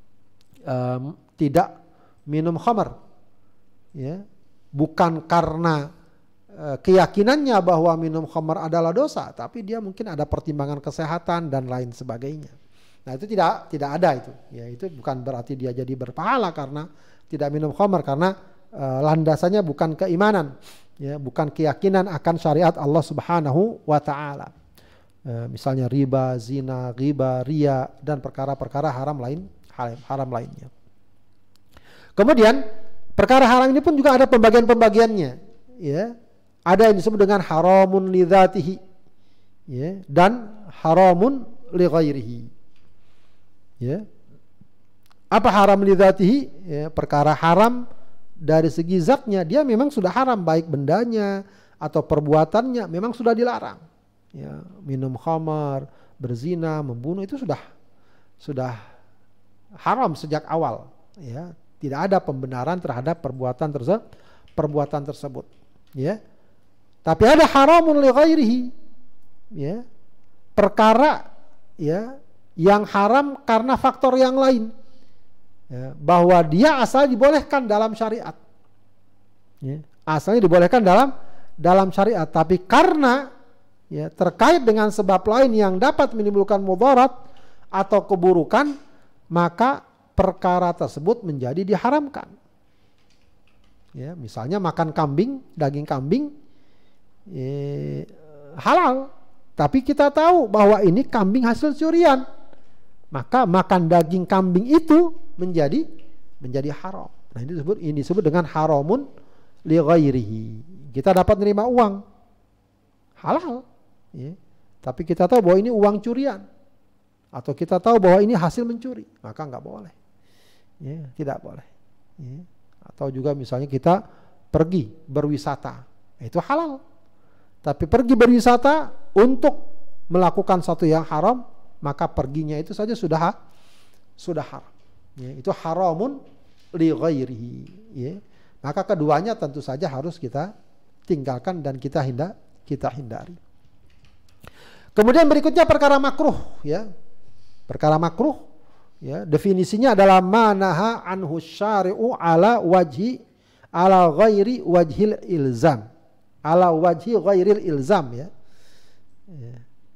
um, tidak minum khamar, ya, bukan karena uh, keyakinannya bahwa minum khamar adalah dosa, tapi dia mungkin ada pertimbangan kesehatan dan lain sebagainya. Nah itu tidak tidak ada itu, ya itu bukan berarti dia jadi berpahala karena tidak minum khamar, karena uh, landasannya bukan keimanan, ya, bukan keyakinan akan syariat Allah Subhanahu wa Ta'ala. Uh, misalnya riba, zina, ghiba, ria dan perkara-perkara haram lain, haram, haram lainnya. Kemudian perkara haram ini pun juga ada pembagian-pembagiannya, ya. Ada yang disebut dengan haramun li dzatihi, ya, dan haramun li ghairihi. Ya. Apa haram li dzatihi? Ya, perkara haram dari segi zatnya, dia memang sudah haram, baik bendanya atau perbuatannya memang sudah dilarang. Ya, minum khamar, berzina, membunuh itu sudah sudah haram sejak awal. Ya, tidak ada pembenaran terhadap perbuatan tersebut, perbuatan tersebut. Ya, tapi ada haramun li ghairihi. Ya, perkara ya yang haram karena faktor yang lain. Ya, bahwa dia asal dibolehkan dalam syariat. Ya, asalnya dibolehkan dalam dalam syariat, tapi karena ya terkait dengan sebab lain yang dapat menimbulkan mudarat atau keburukan, maka perkara tersebut menjadi diharamkan. Ya, misalnya makan kambing, daging kambing eh, halal, tapi kita tahu bahwa ini kambing hasil curian, maka makan daging kambing itu menjadi menjadi haram. Nah ini disebut ini disebut dengan haramun li ghairihi. Kita dapat menerima uang halal, ya, tapi kita tahu bahwa ini uang curian, atau kita tahu bahwa ini hasil mencuri, maka nggak boleh, ya, tidak boleh. Ya. Atau juga misalnya kita pergi berwisata, itu halal, tapi pergi berwisata untuk melakukan sesuatu yang haram, maka perginya itu saja sudah sudah haram. Ya, itu haramun li ghairihi. Ya. Maka keduanya tentu saja harus kita tinggalkan dan kita hindar, kita hindari. Kemudian berikutnya perkara makruh, ya. Perkara makruh, ya, definisinya adalah manaha anhu syari'u ala wajhi ala ghairi wajhil ilzam. Ala wajhi ghairil ilzam, ya. Ya.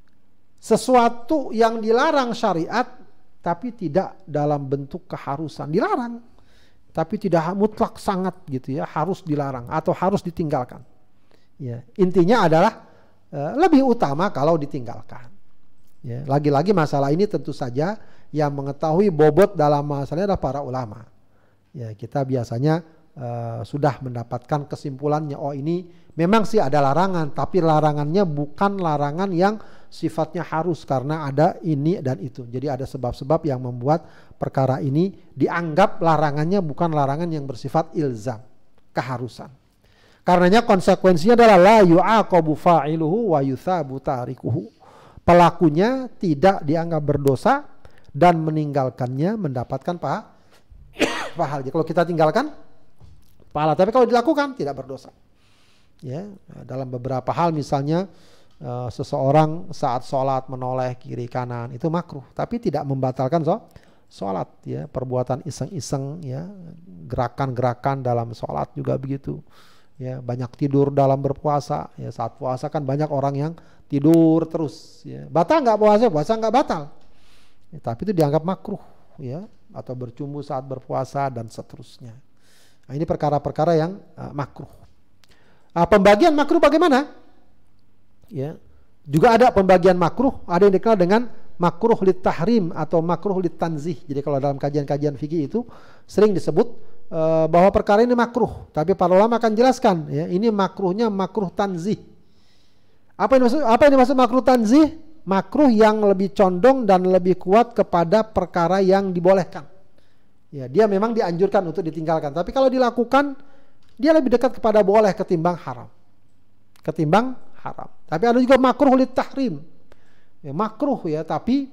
Sesuatu yang dilarang syariat tapi tidak dalam bentuk keharusan, dilarang. Tapi tidak mutlak sangat gitu ya, harus dilarang atau harus ditinggalkan. Ya, intinya adalah uh, lebih utama kalau ditinggalkan. Ya, lagi-lagi masalah ini tentu saja yang mengetahui bobot dalam masalahnya adalah para ulama. Ya, kita biasanya uh, sudah mendapatkan kesimpulannya, oh ini memang sih ada larangan, tapi larangannya bukan larangan yang sifatnya harus karena ada ini dan itu. Jadi ada sebab-sebab yang membuat perkara ini dianggap larangannya bukan larangan yang bersifat ilzam, keharusan. Karenanya konsekuensinya adalah la yu'aqabu fa'iluhu wa yuthabu tarikuhu. pelakunya tidak dianggap berdosa dan meninggalkannya mendapatkan paha, pahala. Jadi kalau kita tinggalkan pahala, tapi kalau dilakukan tidak berdosa. Ya, dalam beberapa hal misalnya uh, seseorang saat sholat menoleh kiri kanan itu makruh, tapi tidak membatalkan so, sholat. Ya, perbuatan iseng-iseng, ya, gerakan-gerakan dalam sholat juga begitu. Ya, banyak tidur dalam berpuasa. Ya, saat puasa kan banyak orang yang tidur terus. Ya, batal nggak puasa? Puasa nggak batal. Ya, tapi itu dianggap makruh, ya, atau bercumbu saat berpuasa dan seterusnya. Nah, ini perkara-perkara yang uh, makruh. Uh, pembagian makruh bagaimana? Ya, juga ada pembagian makruh, ada yang dikenal dengan makruh lit tahrim atau makruh lit tanzih. Jadi kalau dalam kajian-kajian fikih itu sering disebut uh, bahwa perkara ini makruh, tapi para ulama akan jelaskan, ya, ini makruhnya makruh tanzih. Apa yang dimaksud? Apa yang dimaksud makruh tanzih? Makruh yang lebih condong dan lebih kuat kepada perkara yang dibolehkan. Ya, dia memang dianjurkan untuk ditinggalkan, tapi kalau dilakukan dia lebih dekat kepada boleh ketimbang haram. Ketimbang haram. Tapi ada juga makruh lit tahrim. Ya, makruh, ya, tapi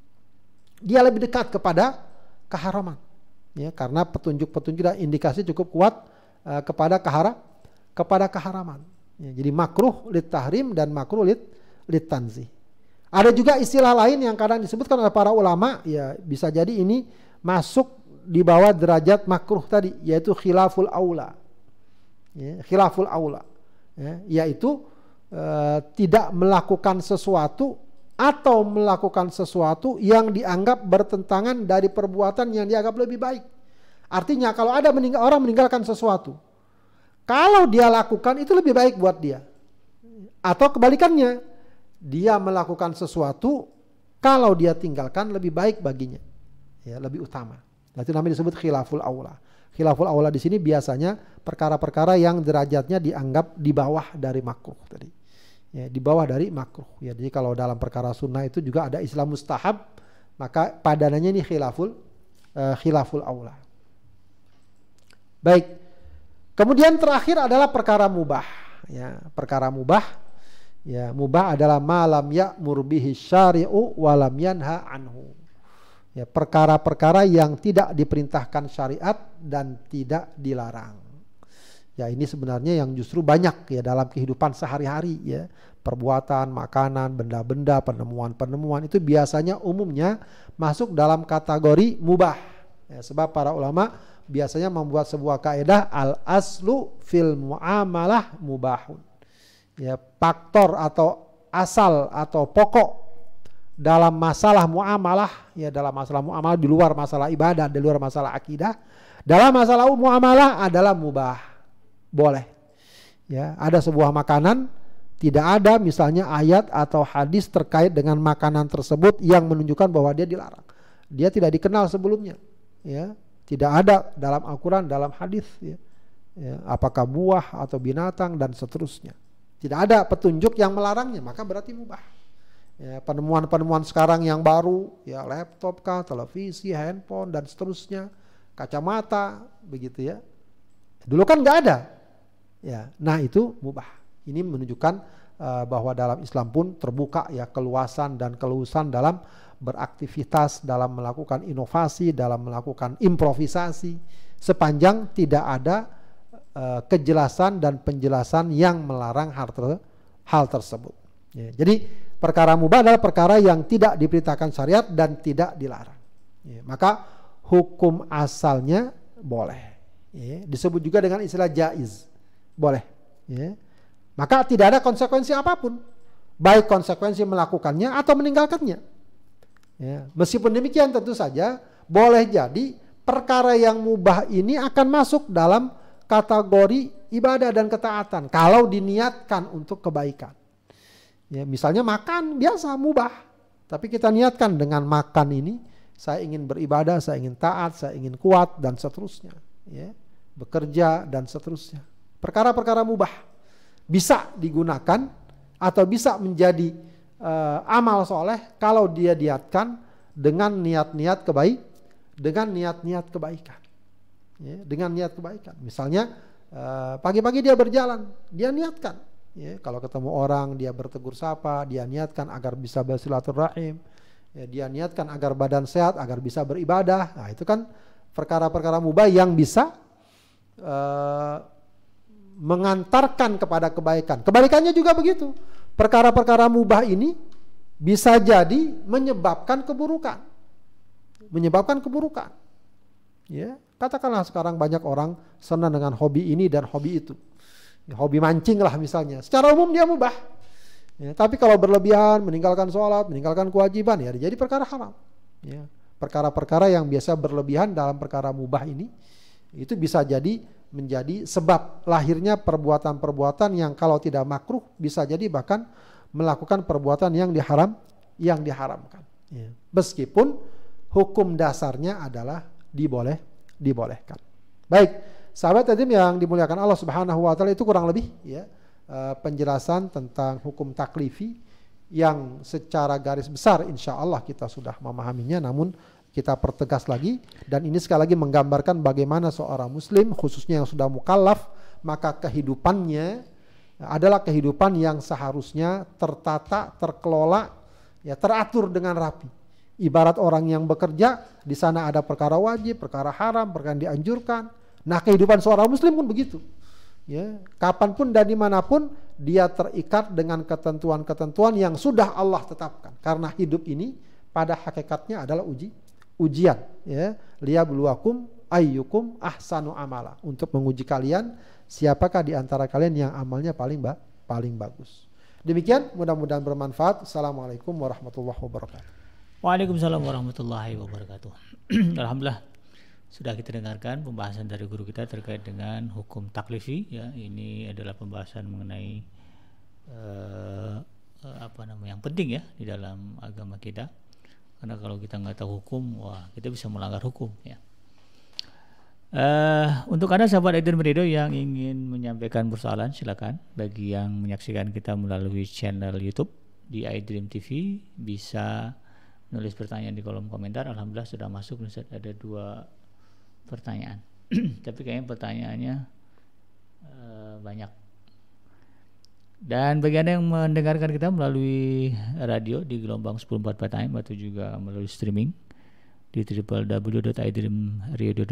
dia lebih dekat kepada keharaman. Ya, karena petunjuk-petunjuk dan indikasi cukup kuat uh, kepada kehara, kepada keharaman. Ya, jadi makruh lit tahrim dan makruh lit lit tanzih. Ada juga istilah lain yang kadang disebutkan oleh para ulama, ya, bisa jadi ini masuk di bawah derajat makruh tadi, yaitu khilaful aula. Ya, khilaful aula, ya, yaitu uh, tidak melakukan sesuatu atau melakukan sesuatu yang dianggap bertentangan dari perbuatan yang dianggap lebih baik. Artinya kalau ada meninggal, orang meninggalkan sesuatu, kalau dia lakukan itu lebih baik buat dia, atau kebalikannya, dia melakukan sesuatu kalau dia tinggalkan lebih baik baginya, ya, lebih utama. Nah, itu namanya disebut khilaful aula. Khilaful aula di sini biasanya perkara-perkara yang derajatnya dianggap di bawah dari makruh tadi. Ya, di bawah dari makruh. Ya, jadi kalau dalam perkara sunnah itu juga ada istilah mustahab, maka padanannya ini khilaful uh, khilaful aula. Baik. Kemudian terakhir adalah perkara mubah. Ya, perkara mubah. Ya, mubah adalah ma lam ya'mur bihi syari'u wa lam yanha anhu. Ya, perkara-perkara yang tidak diperintahkan syariat dan tidak dilarang. Ya, ini sebenarnya yang justru banyak, ya, dalam kehidupan sehari-hari, ya. Perbuatan, makanan, benda-benda, penemuan-penemuan itu biasanya umumnya masuk dalam kategori mubah. Ya, sebab para ulama biasanya membuat sebuah kaidah al aslu fil muamalah mubahun. Ya, faktor atau asal atau pokok dalam masalah muamalah, ya, dalam masalah muamalah di luar masalah ibadah, di luar masalah akidah, dalam masalah muamalah adalah mubah, boleh. Ya, ada sebuah makanan, tidak ada misalnya ayat atau hadis terkait dengan makanan tersebut yang menunjukkan bahwa dia dilarang. Dia tidak dikenal sebelumnya, ya, tidak ada dalam Al-Quran, dalam hadis, ya. Ya, apakah buah atau binatang dan seterusnya. Tidak ada petunjuk yang melarangnya, maka berarti mubah. Ya, penemuan-penemuan sekarang yang baru, ya, laptop kah, televisi, handphone dan seterusnya, kacamata, begitu, ya. Dulu kan nggak ada. Ya, nah itu mubah. Ini menunjukkan uh, bahwa dalam Islam pun terbuka, ya, keluasan dan keluasan dalam beraktivitas, dalam melakukan inovasi, dalam melakukan improvisasi, sepanjang tidak ada uh, kejelasan dan penjelasan yang melarang hal, ter hal tersebut. Ya, jadi perkara mubah adalah perkara yang tidak diperintahkan syariat dan tidak dilarang. Ya, maka hukum asalnya boleh. Ya, disebut juga dengan istilah jaiz. Boleh. Ya. Maka tidak ada konsekuensi apapun. Baik konsekuensi melakukannya atau meninggalkannya. Ya. Meskipun demikian tentu saja boleh jadi perkara yang mubah ini akan masuk dalam kategori ibadah dan ketaatan kalau diniatkan untuk kebaikan. Ya, misalnya makan biasa mubah, tapi kita niatkan dengan makan ini saya ingin beribadah, saya ingin taat, saya ingin kuat dan seterusnya, ya, bekerja dan seterusnya. Perkara-perkara mubah bisa digunakan atau bisa menjadi uh, amal soleh kalau dia niatkan dengan niat-niat kebaik, dengan niat-niat kebaikan, ya, dengan niat kebaikan. Misalnya uh, pagi-pagi dia berjalan, dia niatkan. Ya, kalau ketemu orang dia bertegur sapa, dia niatkan agar bisa bersilaturahim, ya, dia niatkan agar badan sehat, agar bisa beribadah. Nah, itu kan perkara-perkara mubah yang bisa uh, mengantarkan kepada kebaikan. Kebalikannya juga begitu. Perkara-perkara mubah ini bisa jadi menyebabkan keburukan. Menyebabkan keburukan. Ya, katakanlah sekarang banyak orang senang dengan hobi ini dan hobi itu. Ya, hobi mancing lah misalnya. Secara umum dia mubah. Ya, tapi kalau berlebihan, meninggalkan sholat, meninggalkan kewajiban, ya jadi perkara haram. Ya, perkara-perkara yang biasa berlebihan dalam perkara mubah ini, itu bisa jadi menjadi sebab lahirnya perbuatan-perbuatan yang kalau tidak makruh, bisa jadi bahkan melakukan perbuatan yang diharam, yang diharamkan. Ya. Meskipun hukum dasarnya adalah diboleh, dibolehkan. Baik. Sahabat Adim yang dimuliakan Allah Subhanahu wa taala, itu kurang lebih ya uh, penjelasan tentang hukum taklifi yang secara garis besar insya Allah kita sudah memahaminya, namun kita pertegas lagi, dan ini sekali lagi menggambarkan bagaimana seorang muslim khususnya yang sudah mukallaf, maka kehidupannya adalah kehidupan yang seharusnya tertata, terkelola, ya teratur dengan rapi. Ibarat orang yang bekerja, di sana ada perkara wajib, perkara haram, perkara yang dianjurkan. Nah, kehidupan seorang muslim pun begitu. Ya, kapanpun dan dimanapun dia terikat dengan ketentuan-ketentuan yang sudah Allah tetapkan. Karena hidup ini pada hakikatnya adalah uji, ujian. Ya, liyabluwakum ayyukum ahsanu amala, untuk menguji kalian siapakah di antara kalian yang amalnya paling ba paling bagus. Demikian, mudah-mudahan bermanfaat. Assalamualaikum warahmatullahi wabarakatuh. Waalaikumsalam warahmatullahi wabarakatuh. Alhamdulillah. Sudah kita dengarkan pembahasan dari guru kita terkait dengan hukum taklifi. Ya, ini adalah pembahasan mengenai uh, uh, apa namanya yang penting ya di dalam agama kita. Karena kalau kita nggak tahu hukum, wah kita bisa melanggar hukum. Ya. Uh, untuk Anda sahabat Aidrim Radio yang ingin menyampaikan persoalan, silakan. Bagi yang menyaksikan kita melalui channel YouTube di Aidrim T V, bisa nulis pertanyaan di kolom komentar. Alhamdulillah sudah masuk, ada dua pertanyaan. Tapi kayaknya pertanyaannya uh, banyak. Dan bagi Anda yang mendengarkan kita melalui radio di gelombang sepuluh empat puluh empat A M atau juga melalui streaming di w w w dot aidrim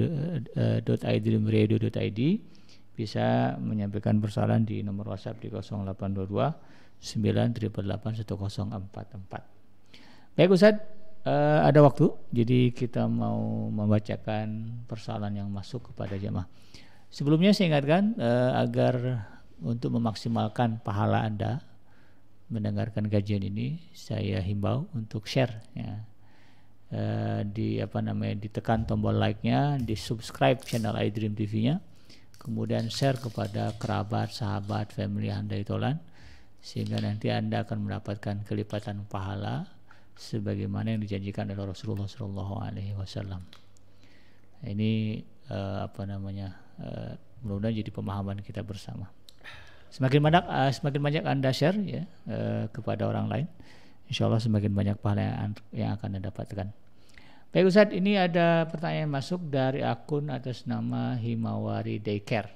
radio dot i d, bisa menyampaikan persoalan di nomor WhatsApp di nol delapan dua dua sembilan delapan delapan satu nol empat empat. Baik Ustadz, Uh, ada waktu, jadi kita mau membacakan persoalan yang masuk kepada jamaah. Sebelumnya saya ingatkan uh, agar untuk memaksimalkan pahala Anda mendengarkan kajian ini, saya himbau untuk share ya. Uh, di apa namanya ditekan tombol like-nya, di subscribe channel Aidrim T V-nya, kemudian share kepada kerabat, sahabat, family Anda itolan, sehingga nanti Anda akan mendapatkan kelipatan pahala sebagaimana yang dijanjikan oleh Rasulullah Shallallahu Alaihi Wasallam. Ini uh, apa namanya uh, mudah-mudahan jadi pemahaman kita bersama. Semakin banyak, uh, semakin banyak Anda share ya uh, kepada orang lain, insya Allah semakin banyak pahala yang, yang akan Anda dapatkan. Baik Ustaz, ini ada pertanyaan masuk dari akun atas nama Himawari Daycare.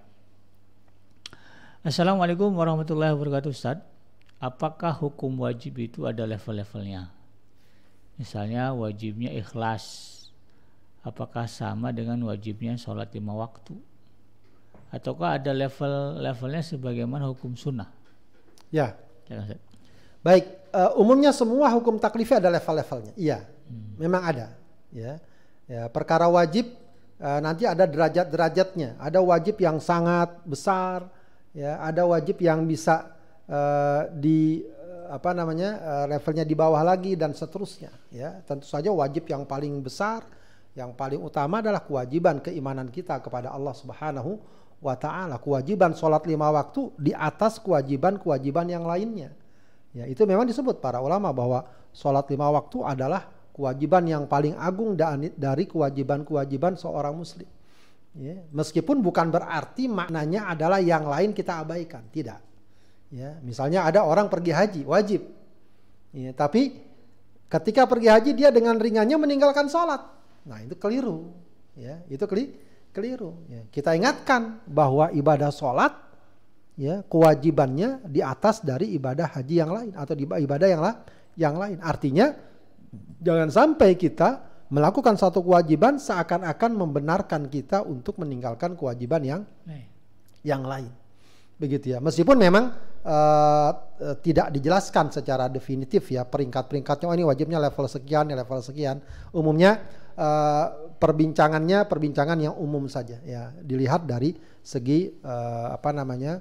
Assalamualaikum warahmatullahi wabarakatuh Ustaz. Apakah hukum wajib itu ada level-levelnya? Misalnya wajibnya ikhlas, apakah sama dengan wajibnya sholat lima waktu? Ataukah ada level-levelnya sebagaimana hukum sunnah? Ya. Ya baik, uh, umumnya semua hukum taklifi ada level-levelnya. Iya, hmm. memang ada. Ya, ya perkara wajib uh, nanti ada derajat-derajatnya. Ada wajib yang sangat besar, ya, ada wajib yang bisa uh, di apa namanya uh, levelnya di bawah lagi dan seterusnya. Ya, tentu saja wajib yang paling besar, yang paling utama adalah kewajiban keimanan kita kepada Allah Subhanahu wa taala. Kewajiban sholat lima waktu di atas kewajiban-kewajiban yang lainnya. Ya, itu memang disebut para ulama bahwa sholat lima waktu adalah kewajiban yang paling agung dari kewajiban-kewajiban seorang muslim. Ya, meskipun bukan berarti maknanya adalah yang lain kita abaikan, tidak. Ya, misalnya ada orang pergi haji, wajib. Ya, tapi ketika pergi haji dia dengan ringannya meninggalkan sholat. Nah, itu keliru. Ya, itu keli keliru. Ya, kita ingatkan bahwa ibadah sholat ya kewajibannya di atas dari ibadah haji yang lain atau di ibadah yang la, yang lain. Artinya jangan sampai kita melakukan satu kewajiban seakan-akan membenarkan kita untuk meninggalkan kewajiban yang yang lain. Begitu ya. Meskipun memang uh, uh, tidak dijelaskan secara definitif ya peringkat-peringkatnya, oh ini wajibnya level sekian, ya level sekian. Umumnya uh, perbincangannya perbincangan yang umum saja ya, dilihat dari segi uh, apa namanya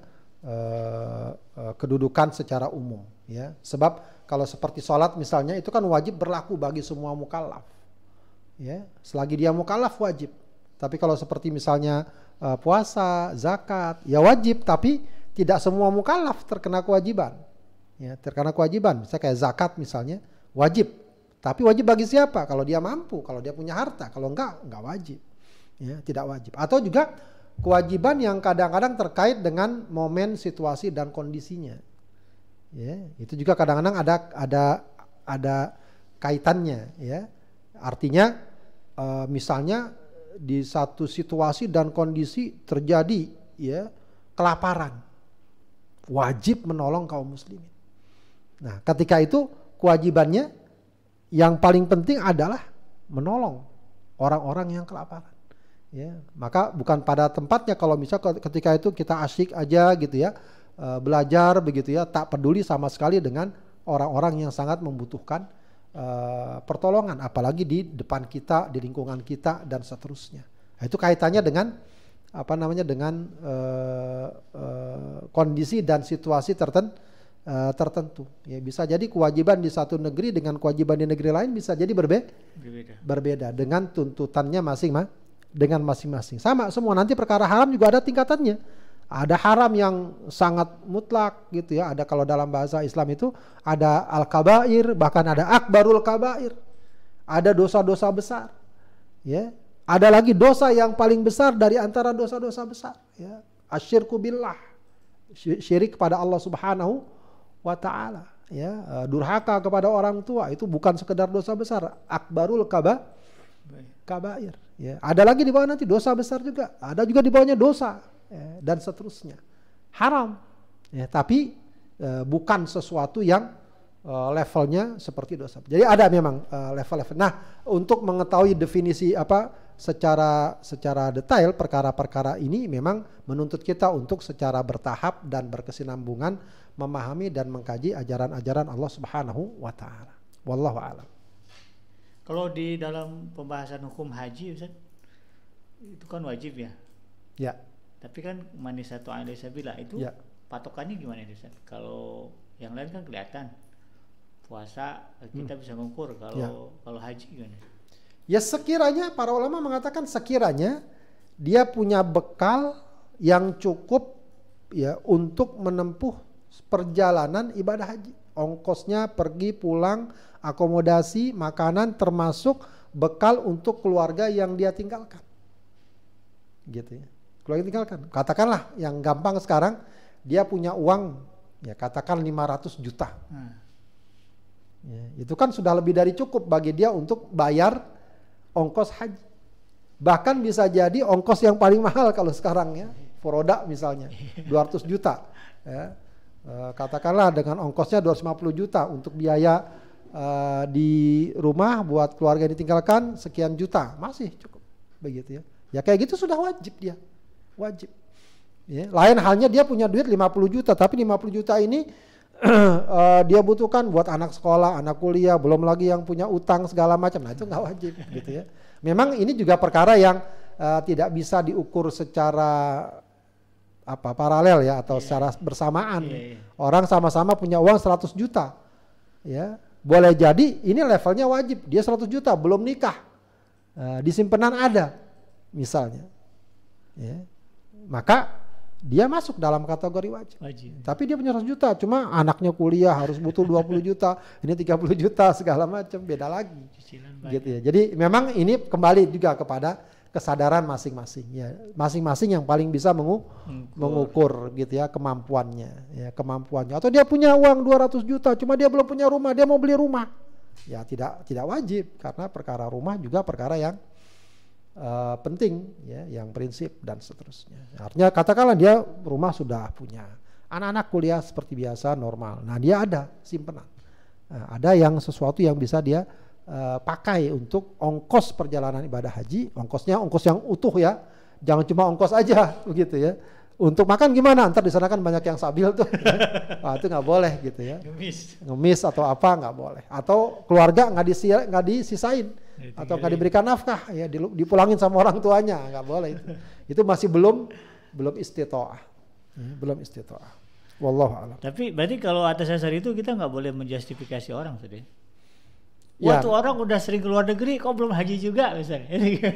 uh, uh, kedudukan secara umum ya. Sebab kalau seperti sholat misalnya itu kan wajib berlaku bagi semua mukallaf ya, selagi dia mukallaf wajib. Tapi kalau seperti misalnya uh, puasa, zakat, ya wajib, tapi tidak semua mukallaf terkena kewajiban. Ya, terkena kewajiban, misalnya kayak zakat misalnya, wajib. Tapi wajib bagi siapa? Kalau dia mampu, kalau dia punya harta, kalau enggak, enggak wajib. Ya, tidak wajib. Atau juga kewajiban yang kadang-kadang terkait dengan momen, situasi dan kondisinya. Ya, itu juga kadang-kadang ada ada ada kaitannya. Ya, artinya uh, misalnya di satu situasi dan kondisi terjadi ya kelaparan, wajib menolong kaum muslimin. Nah, ketika itu kewajibannya yang paling penting adalah menolong orang-orang yang kelaparan. Ya, maka bukan pada tempatnya kalau misal ketika itu kita asyik aja gitu ya, belajar begitu ya, tak peduli sama sekali dengan orang-orang yang sangat membutuhkan Uh, pertolongan, apalagi di depan kita, di lingkungan kita dan seterusnya. Nah, itu kaitannya dengan apa namanya dengan uh, uh, kondisi dan situasi tertentu. Uh, tertentu. Ya, bisa jadi kewajiban di satu negeri dengan kewajiban di negeri lain bisa jadi berbe berbeda. Berbeda dengan tuntutannya masing-masing, dengan masing-masing. Sama semua, nanti perkara haram juga ada tingkatannya. Ada haram yang sangat mutlak gitu ya. Ada kalau dalam bahasa Islam itu ada al-kabair, bahkan ada akbarul kabair. Ada dosa-dosa besar. Ya. Ada lagi dosa yang paling besar dari antara dosa-dosa besar, ya. Asyirku billah. Syirik kepada Allah Subhanahu wa taala, ya. Durhaka kepada orang tua itu bukan sekedar dosa besar, akbarul kaba kabair, ya. Ada lagi di bawah nanti dosa besar juga. Ada juga di bawahnya dosa, ya, dan seterusnya. Haram, ya, tapi e, bukan sesuatu yang e, levelnya seperti dosa. Jadi ada memang e, level-level. Nah, untuk mengetahui definisi apa secara secara detail perkara-perkara ini memang menuntut kita untuk secara bertahap dan berkesinambungan memahami dan mengkaji ajaran-ajaran Allah Subhanahu wa taala. Wallahu a'lam. Kalau di dalam pembahasan hukum haji Ustaz, itu kan wajib ya? Ya. Tapi kan manisatu alaihi sabila itu ya, patokannya gimana Ustaz? Kalau yang lain kan kelihatan. Puasa kita hmm. bisa mengukur, kalau ya, kalau haji gimana? Ya sekiranya para ulama mengatakan sekiranya dia punya bekal yang cukup ya untuk menempuh perjalanan ibadah haji. Ongkosnya pergi pulang, akomodasi, makanan, termasuk bekal untuk keluarga yang dia tinggalkan. Gitu ya. Keluarga tinggalkan. Katakanlah yang gampang sekarang dia punya uang ya katakan lima ratus juta. Hmm. Ya, itu kan sudah lebih dari cukup bagi dia untuk bayar ongkos haji. Bahkan bisa jadi ongkos yang paling mahal kalau sekarang ya, Foroda misalnya dua ratus juta ya. E, katakanlah dengan ongkosnya dua ratus lima puluh juta untuk biaya e, di rumah buat keluarga yang ditinggalkan sekian juta, masih cukup begitu ya. Ya kayak gitu sudah wajib dia. Wajib. Ya, lain halnya dia punya duit lima puluh juta tapi lima puluh juta ini uh, dia butuhkan buat anak sekolah, anak kuliah, belum lagi yang punya utang segala macam. Nah, itu nggak wajib gitu ya. Memang ini juga perkara yang uh, tidak bisa diukur secara apa paralel ya atau yeah, secara bersamaan. Yeah, yeah. Orang sama-sama punya uang seratus juta. Ya, boleh jadi ini levelnya wajib. Dia seratus juta belum nikah. Uh, di simpenan ada misalnya. Ya. Maka dia masuk dalam kategori wajib. wajib. Tapi dia punya seratus juta, cuma anaknya kuliah harus butuh dua puluh juta, ini tiga puluh juta segala macam, beda lagi. Gitu ya. Jadi memang ini kembali juga kepada kesadaran masing-masing ya. Masing-masing yang paling bisa mengu mengukur, mengukur gitu ya kemampuannya, ya kemampuannya. Atau dia punya uang dua ratus juta, cuma dia belum punya rumah, dia mau beli rumah. Ya tidak tidak wajib karena perkara rumah juga perkara yang Uh, penting ya, yang prinsip dan seterusnya. Artinya katakanlah dia rumah sudah punya, anak-anak kuliah seperti biasa normal. Nah dia ada simpenan, nah, ada yang sesuatu yang bisa dia uh, pakai untuk ongkos perjalanan ibadah haji. Ongkosnya ongkos yang utuh ya, jangan cuma ongkos aja begitu ya. Untuk makan gimana? Ntar di sana kan banyak yang sabil tuh, nah, itu nggak boleh gitu ya. Ngemis, ngemis atau apa nggak boleh. Atau keluarga nggak disi nggak disisain ya, atau nggak diberikan nafkah ya, dipulangin sama orang tuanya, nggak boleh itu. Itu masih belum belum istitoah, ya, belum istitoah. Wallahu a'lam. Tapi berarti kalau atas dasar itu kita nggak boleh menjustifikasi orang tadi. Ya. Waktu orang udah sering keluar negeri, kok belum haji juga misalnya.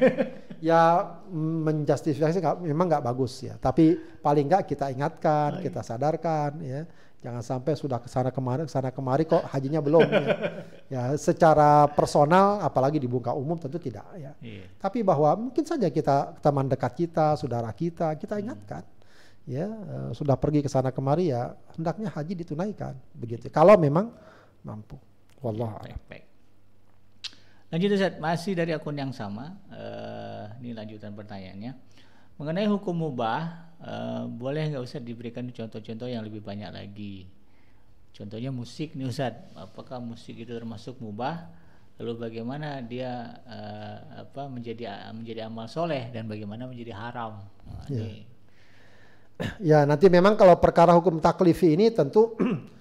Ya menjustifikasi gak, memang nggak bagus ya. Tapi paling nggak kita ingatkan, oh, kita sadarkan ya. Jangan sampai sudah kesana kemari, kesana kemari kok hajinya belum. Ya. Ya secara personal, apalagi di muka umum tentu tidak ya. Iya. Tapi bahwa mungkin saja kita teman dekat kita, saudara kita, kita ingatkan. Hmm. Ya uh, sudah pergi ke sana kemari ya hendaknya haji ditunaikan begitu kalau memang mampu. Wallahu a'lam. Baik. Lanjut Ustaz, masih dari akun yang sama, uh, ini lanjutan pertanyaannya mengenai hukum mubah, uh, boleh nggak Ustaz diberikan contoh-contoh yang lebih banyak lagi? Contohnya musik nih Ustaz, apakah musik itu termasuk mubah? Lalu bagaimana dia uh, apa menjadi menjadi amal soleh dan bagaimana menjadi haram? Nah, ya. Ini, Ya nanti memang kalau perkara hukum taklifi ini tentu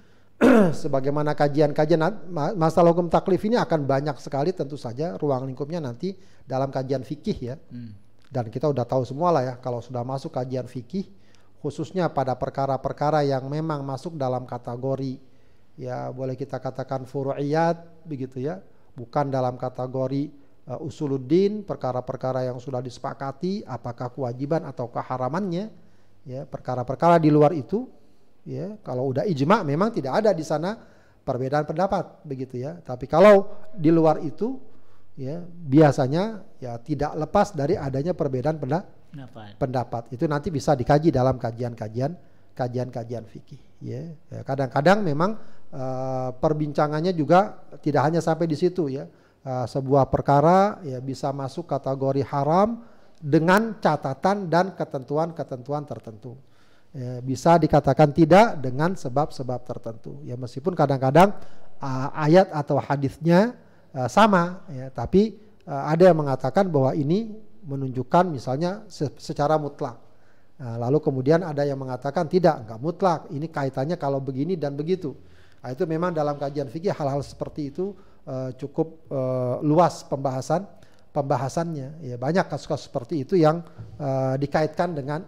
sebagaimana kajian-kajian masalah hukum taklif ini akan banyak sekali tentu saja ruang lingkupnya nanti dalam kajian fikih ya. Hmm. Dan kita udah tahu semua lah ya kalau sudah masuk kajian fikih khususnya pada perkara-perkara yang memang masuk dalam kategori ya boleh kita katakan furu'iyat begitu ya, bukan dalam kategori uh, usuluddin, perkara-perkara yang sudah disepakati apakah kewajiban atau keharamannya. Ya, perkara-perkara di luar itu, ya kalau udah ijma memang tidak ada di sana perbedaan pendapat begitu ya. Tapi kalau di luar itu, ya biasanya ya tidak lepas dari adanya perbedaan pendapat. pendapat. Itu nanti bisa dikaji dalam kajian-kajian, kajian-kajian fikih. Ya, ya kadang-kadang memang uh, perbincangannya juga tidak hanya sampai di situ ya. Uh, sebuah perkara ya bisa masuk kategori haram dengan catatan dan ketentuan-ketentuan tertentu. Ya, bisa dikatakan tidak dengan sebab-sebab tertentu. Ya meskipun kadang-kadang uh, ayat atau hadisnya uh, sama, ya, tapi uh, ada yang mengatakan bahwa ini menunjukkan misalnya se- secara mutlak. Nah, lalu kemudian ada yang mengatakan tidak, enggak mutlak. Ini kaitannya kalau begini dan begitu. Nah, itu memang dalam kajian fikih hal-hal seperti itu uh, cukup uh, luas pembahasan. Pembahasannya ya banyak kasus-kasus seperti itu yang uh, dikaitkan dengan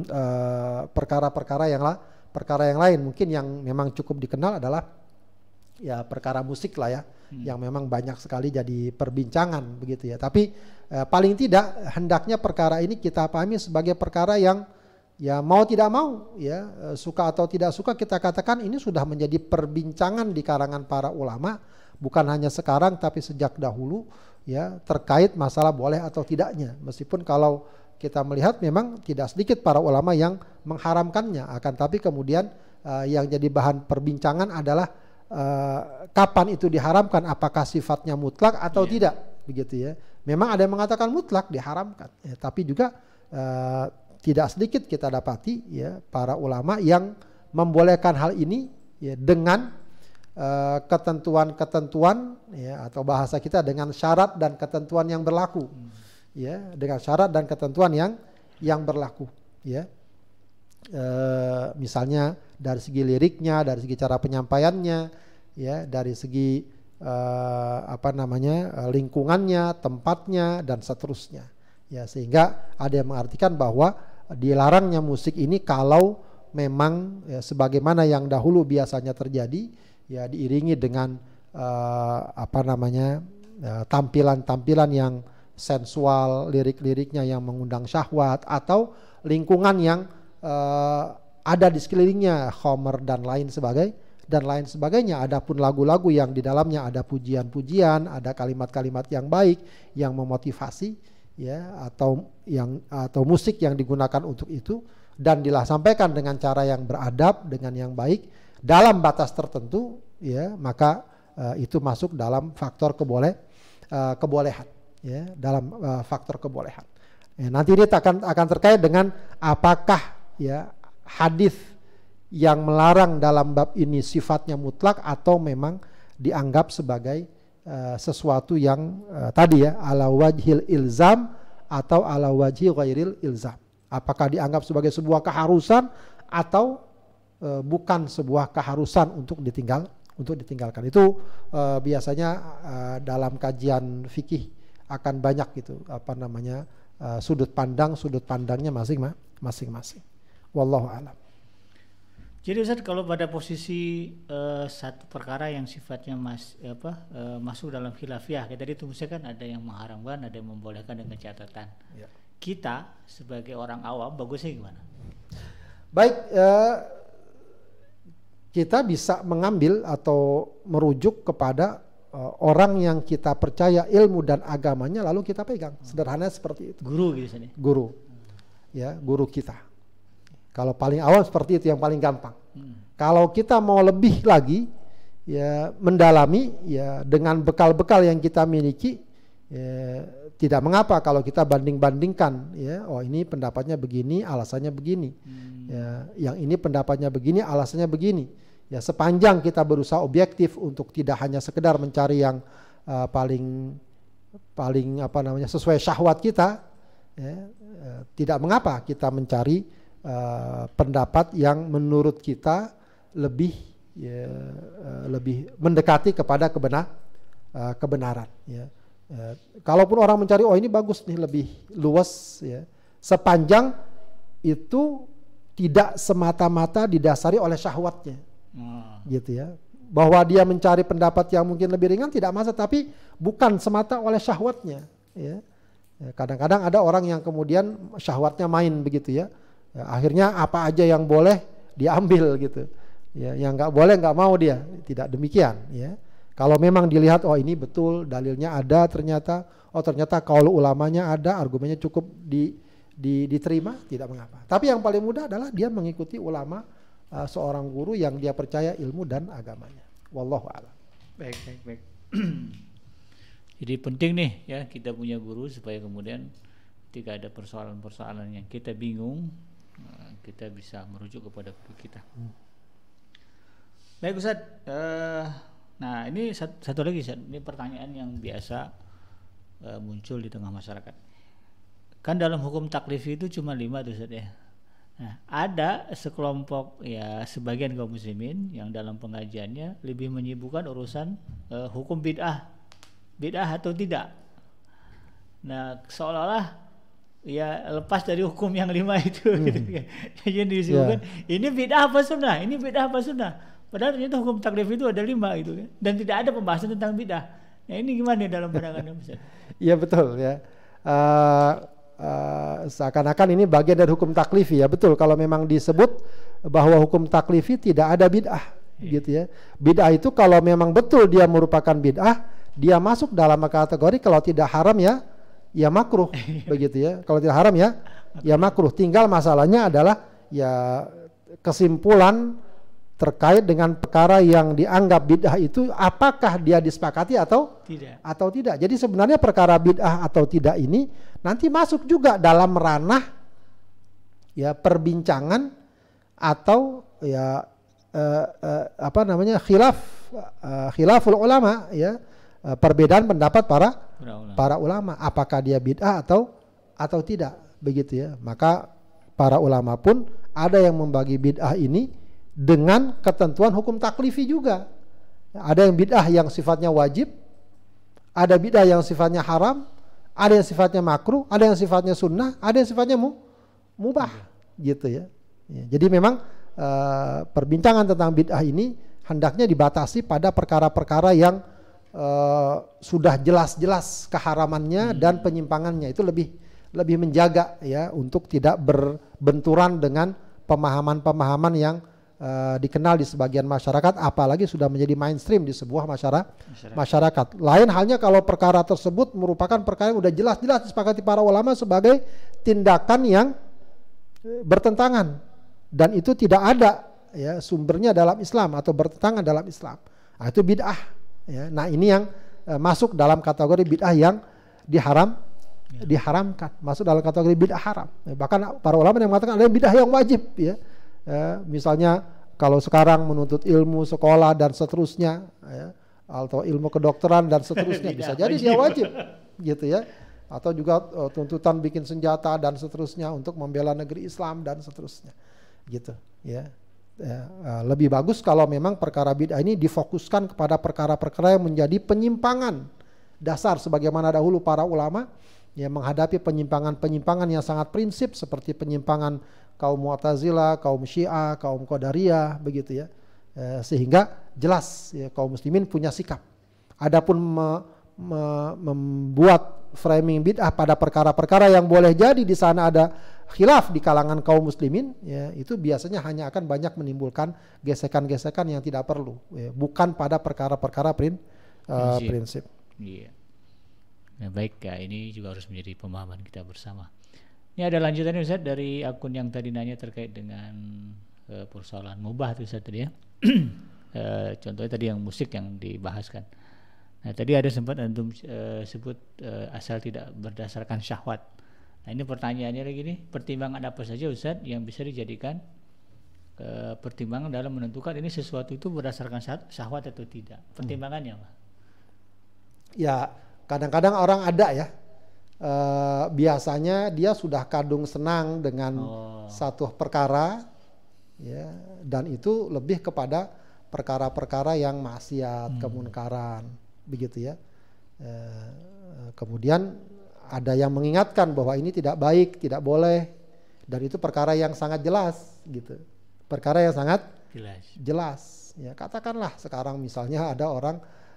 uh, perkara-perkara yang lah perkara yang lain mungkin yang memang cukup dikenal adalah ya perkara musik lah ya hmm. yang memang banyak sekali jadi perbincangan begitu ya tapi uh, paling tidak hendaknya perkara ini kita pahami sebagai perkara yang ya mau tidak mau ya uh, suka atau tidak suka kita katakan ini sudah menjadi perbincangan di kalangan para ulama bukan hanya sekarang tapi sejak dahulu ya terkait masalah boleh atau tidaknya meskipun kalau kita melihat memang tidak sedikit para ulama yang mengharamkannya akan tapi kemudian uh, yang jadi bahan perbincangan adalah uh, kapan itu diharamkan apakah sifatnya mutlak atau yeah. tidak begitu ya memang ada yang mengatakan mutlak diharamkan ya, tapi juga uh, tidak sedikit kita dapati ya para ulama yang membolehkan hal ini ya dengan Uh, ketentuan-ketentuan ya atau bahasa kita dengan syarat dan ketentuan yang berlaku hmm. ya dengan syarat dan ketentuan yang yang berlaku ya uh, misalnya dari segi liriknya dari segi cara penyampaiannya ya dari segi uh, apa namanya lingkungannya tempatnya dan seterusnya ya sehingga ada yang mengartikan bahwa dilarangnya musik ini kalau memang ya, sebagaimana yang dahulu biasanya terjadi ya diiringi dengan uh, apa namanya uh, tampilan-tampilan yang sensual, lirik-liriknya yang mengundang syahwat atau lingkungan yang uh, ada di sekelilingnya, khamr dan lain sebagai dan lain sebagainya. Adapun lagu-lagu yang di dalamnya ada pujian-pujian, ada kalimat-kalimat yang baik yang memotivasi ya atau yang atau musik yang digunakan untuk itu dan disampaikan dengan cara yang beradab dengan yang baik dalam batas tertentu ya maka uh, itu masuk dalam faktor keboleh uh, kebolehan ya dalam uh, faktor kebolehan. Ya, nanti ini akan akan terkait dengan apakah ya hadis yang melarang dalam bab ini sifatnya mutlak atau memang dianggap sebagai uh, sesuatu yang uh, tadi ya ala wajhil ilzam atau ala wajhi ghairil ilzam. Apakah dianggap sebagai sebuah keharusan atau uh, bukan sebuah keharusan untuk ditinggal untuk ditinggalkan. Itu uh, biasanya uh, dalam kajian fikih akan banyak gitu apa namanya uh, sudut pandang sudut pandangnya masing-masing. Wallahu a'lam. Jadi Ustaz, kalau pada posisi uh, satu perkara yang sifatnya mas, apa, uh, masuk dalam khilafiyah, kayak tadi itu misalkan ada yang mengharamkan, ada yang membolehkan dengan catatan. Ya. Kita sebagai orang awam bagusnya gimana? Baik, uh, kita bisa mengambil atau merujuk kepada uh, orang yang kita percaya ilmu dan agamanya lalu kita pegang. Sederhananya seperti itu. Guru gitu sini. Guru, ya guru kita. Kalau paling awal seperti itu yang paling gampang. Hmm. Kalau kita mau lebih lagi, ya mendalami, ya dengan bekal-bekal yang kita miliki, ya, tidak mengapa kalau kita banding-bandingkan, ya, oh ini pendapatnya begini, alasannya begini, hmm. ya, yang ini pendapatnya begini, alasannya begini. Ya sepanjang kita berusaha objektif untuk tidak hanya sekedar mencari yang uh, paling paling apa namanya sesuai syahwat kita, ya, uh, tidak mengapa kita mencari Uh, pendapat yang menurut kita lebih ya, uh, lebih mendekati kepada kebenar, uh, kebenaran. Ya. Uh, kalaupun orang mencari oh ini bagus nih lebih luas, ya, sepanjang itu tidak semata-mata didasari oleh syahwatnya, hmm. gitu ya. Bahwa dia mencari pendapat yang mungkin lebih ringan tidak masalah, tapi bukan semata oleh syahwatnya. Ya. Kadang-kadang ada orang yang kemudian syahwatnya main begitu ya. Ya, akhirnya apa aja yang boleh diambil gitu, ya, yang nggak boleh nggak mau dia. Tidak demikian, ya. Kalau memang dilihat oh ini betul dalilnya ada ternyata, oh ternyata kalau ulamanya ada argumennya cukup di, di, diterima, tidak mengapa. Tapi yang paling mudah adalah dia mengikuti ulama uh, seorang guru yang dia percaya ilmu dan agamanya. Wallahu a'lam. Baik, baik, baik. Jadi penting nih ya kita punya guru supaya kemudian ketika ada persoalan-persoalan yang kita bingung, kita bisa merujuk kepada guru kita. Hmm. Baik Ustaz, uh, nah ini satu, satu lagi Ustaz, ini pertanyaan yang biasa uh, muncul di tengah masyarakat. Kan dalam hukum taklif itu cuma lima tuh Ustaz ya. Nah, ada sekelompok ya sebagian kaum muslimin yang dalam pengajiannya lebih menyibukkan urusan uh, hukum bid'ah, bid'ah atau tidak. Nah seolah-olah ya lepas dari hukum yang lima itu, hmm. gitu kan. Jadi disebutkan yeah. ini bid'ah apa sunnah, ini bid'ah apa sunnah. Padahal ternyata hukum taklif itu ada lima gitu kan, dan tidak ada pembahasan tentang bid'ah. Nah ini gimana dalam pandangan Ustaz? Iya betul ya. Uh, uh, seakan-akan ini bagian dari hukum taklifi ya, betul. Kalau memang disebut bahwa hukum taklifi tidak ada bid'ah, yeah. gitu ya. Bid'ah itu kalau memang betul dia merupakan bid'ah, dia masuk dalam kategori kalau tidak haram ya. Ya makruh begitu ya. Kalau tidak haram ya, ya makruh. Tinggal masalahnya adalah ya kesimpulan terkait dengan perkara yang dianggap bid'ah itu apakah dia disepakati atau tidak. Atau tidak. Jadi sebenarnya perkara bid'ah atau tidak ini nanti masuk juga dalam ranah ya perbincangan atau ya eh, eh, apa namanya khilaf eh, khilaful ulama ya. Perbedaan pendapat para para ulama. para ulama apakah dia bid'ah atau atau tidak begitu ya. Maka para ulama pun ada yang membagi bid'ah ini dengan ketentuan hukum taklifi juga. Ada yang bid'ah yang sifatnya wajib, ada bid'ah yang sifatnya haram, ada yang sifatnya makruh, ada yang sifatnya sunnah, ada yang sifatnya mu, mubah gitu ya. Ya. Jadi memang uh, perbincangan tentang bid'ah ini hendaknya dibatasi pada perkara-perkara yang Uh, sudah jelas-jelas keharamannya hmm. dan penyimpangannya, itu lebih lebih menjaga ya untuk tidak berbenturan dengan pemahaman-pemahaman yang uh, dikenal di sebagian masyarakat, apalagi sudah menjadi mainstream di sebuah masyarakat. Masyarakat. masyarakat. Lain halnya kalau perkara tersebut merupakan perkara yang sudah jelas-jelas disepakati para ulama sebagai tindakan yang bertentangan dan itu tidak ada ya sumbernya dalam Islam atau bertentangan dalam Islam. Nah, itu bid'ah. Ya, nah ini yang uh, masuk dalam kategori bid'ah yang diharam, ya. diharamkan, masuk dalam kategori bid'ah haram. Ya, bahkan para ulama yang mengatakan ada bid'ah yang wajib, ya, uh, misalnya kalau sekarang menuntut ilmu sekolah dan seterusnya, ya, atau ilmu kedokteran dan seterusnya, bisa jadi dia wajib, gitu ya. Atau juga uh, tuntutan bikin senjata dan seterusnya untuk membela negeri Islam dan seterusnya, gitu ya. Ya, uh, lebih bagus kalau memang perkara bid'ah ini difokuskan kepada perkara-perkara yang menjadi penyimpangan dasar, sebagaimana dahulu para ulama ya menghadapi penyimpangan-penyimpangan yang sangat prinsip seperti penyimpangan kaum Mu'tazilah, kaum Syiah, kaum Qadariyah, begitu ya. Eh, sehingga jelas ya, kaum muslimin punya sikap. Adapun me, me, membuat framing bid'ah pada perkara-perkara yang boleh jadi di sana ada khilaf di kalangan kaum muslimin, ya, itu biasanya hanya akan banyak menimbulkan gesekan-gesekan yang tidak perlu, ya, bukan pada perkara-perkara prin, uh, prinsip. Iya. Nah, baik ya, ini juga harus menjadi pemahaman kita bersama. Ini ada lanjutannya Ustaz dari akun yang tadi nanya terkait dengan uh, persoalan mubah itu Ustaz tadi ya. uh, contohnya tadi yang musik yang dibahaskan. Nah, tadi ada sempat antum uh, sebut uh, asal tidak berdasarkan syahwat. Nah, ini pertanyaannya lagi nih, pertimbangan apa saja Ustaz yang bisa dijadikan uh, pertimbangan dalam menentukan ini sesuatu itu berdasarkan syahwat atau tidak? Pertimbangannya apa? Ya, kadang-kadang orang ada ya, uh, biasanya dia sudah kadung senang dengan oh. satu perkara, ya, dan itu lebih kepada perkara-perkara yang maksiat, hmm. kemunkaran, begitu ya. Uh, kemudian ada yang mengingatkan bahwa ini tidak baik, tidak boleh, dan itu perkara yang sangat jelas, gitu. Perkara yang sangat jelas. jelas. Ya, katakanlah sekarang misalnya ada orang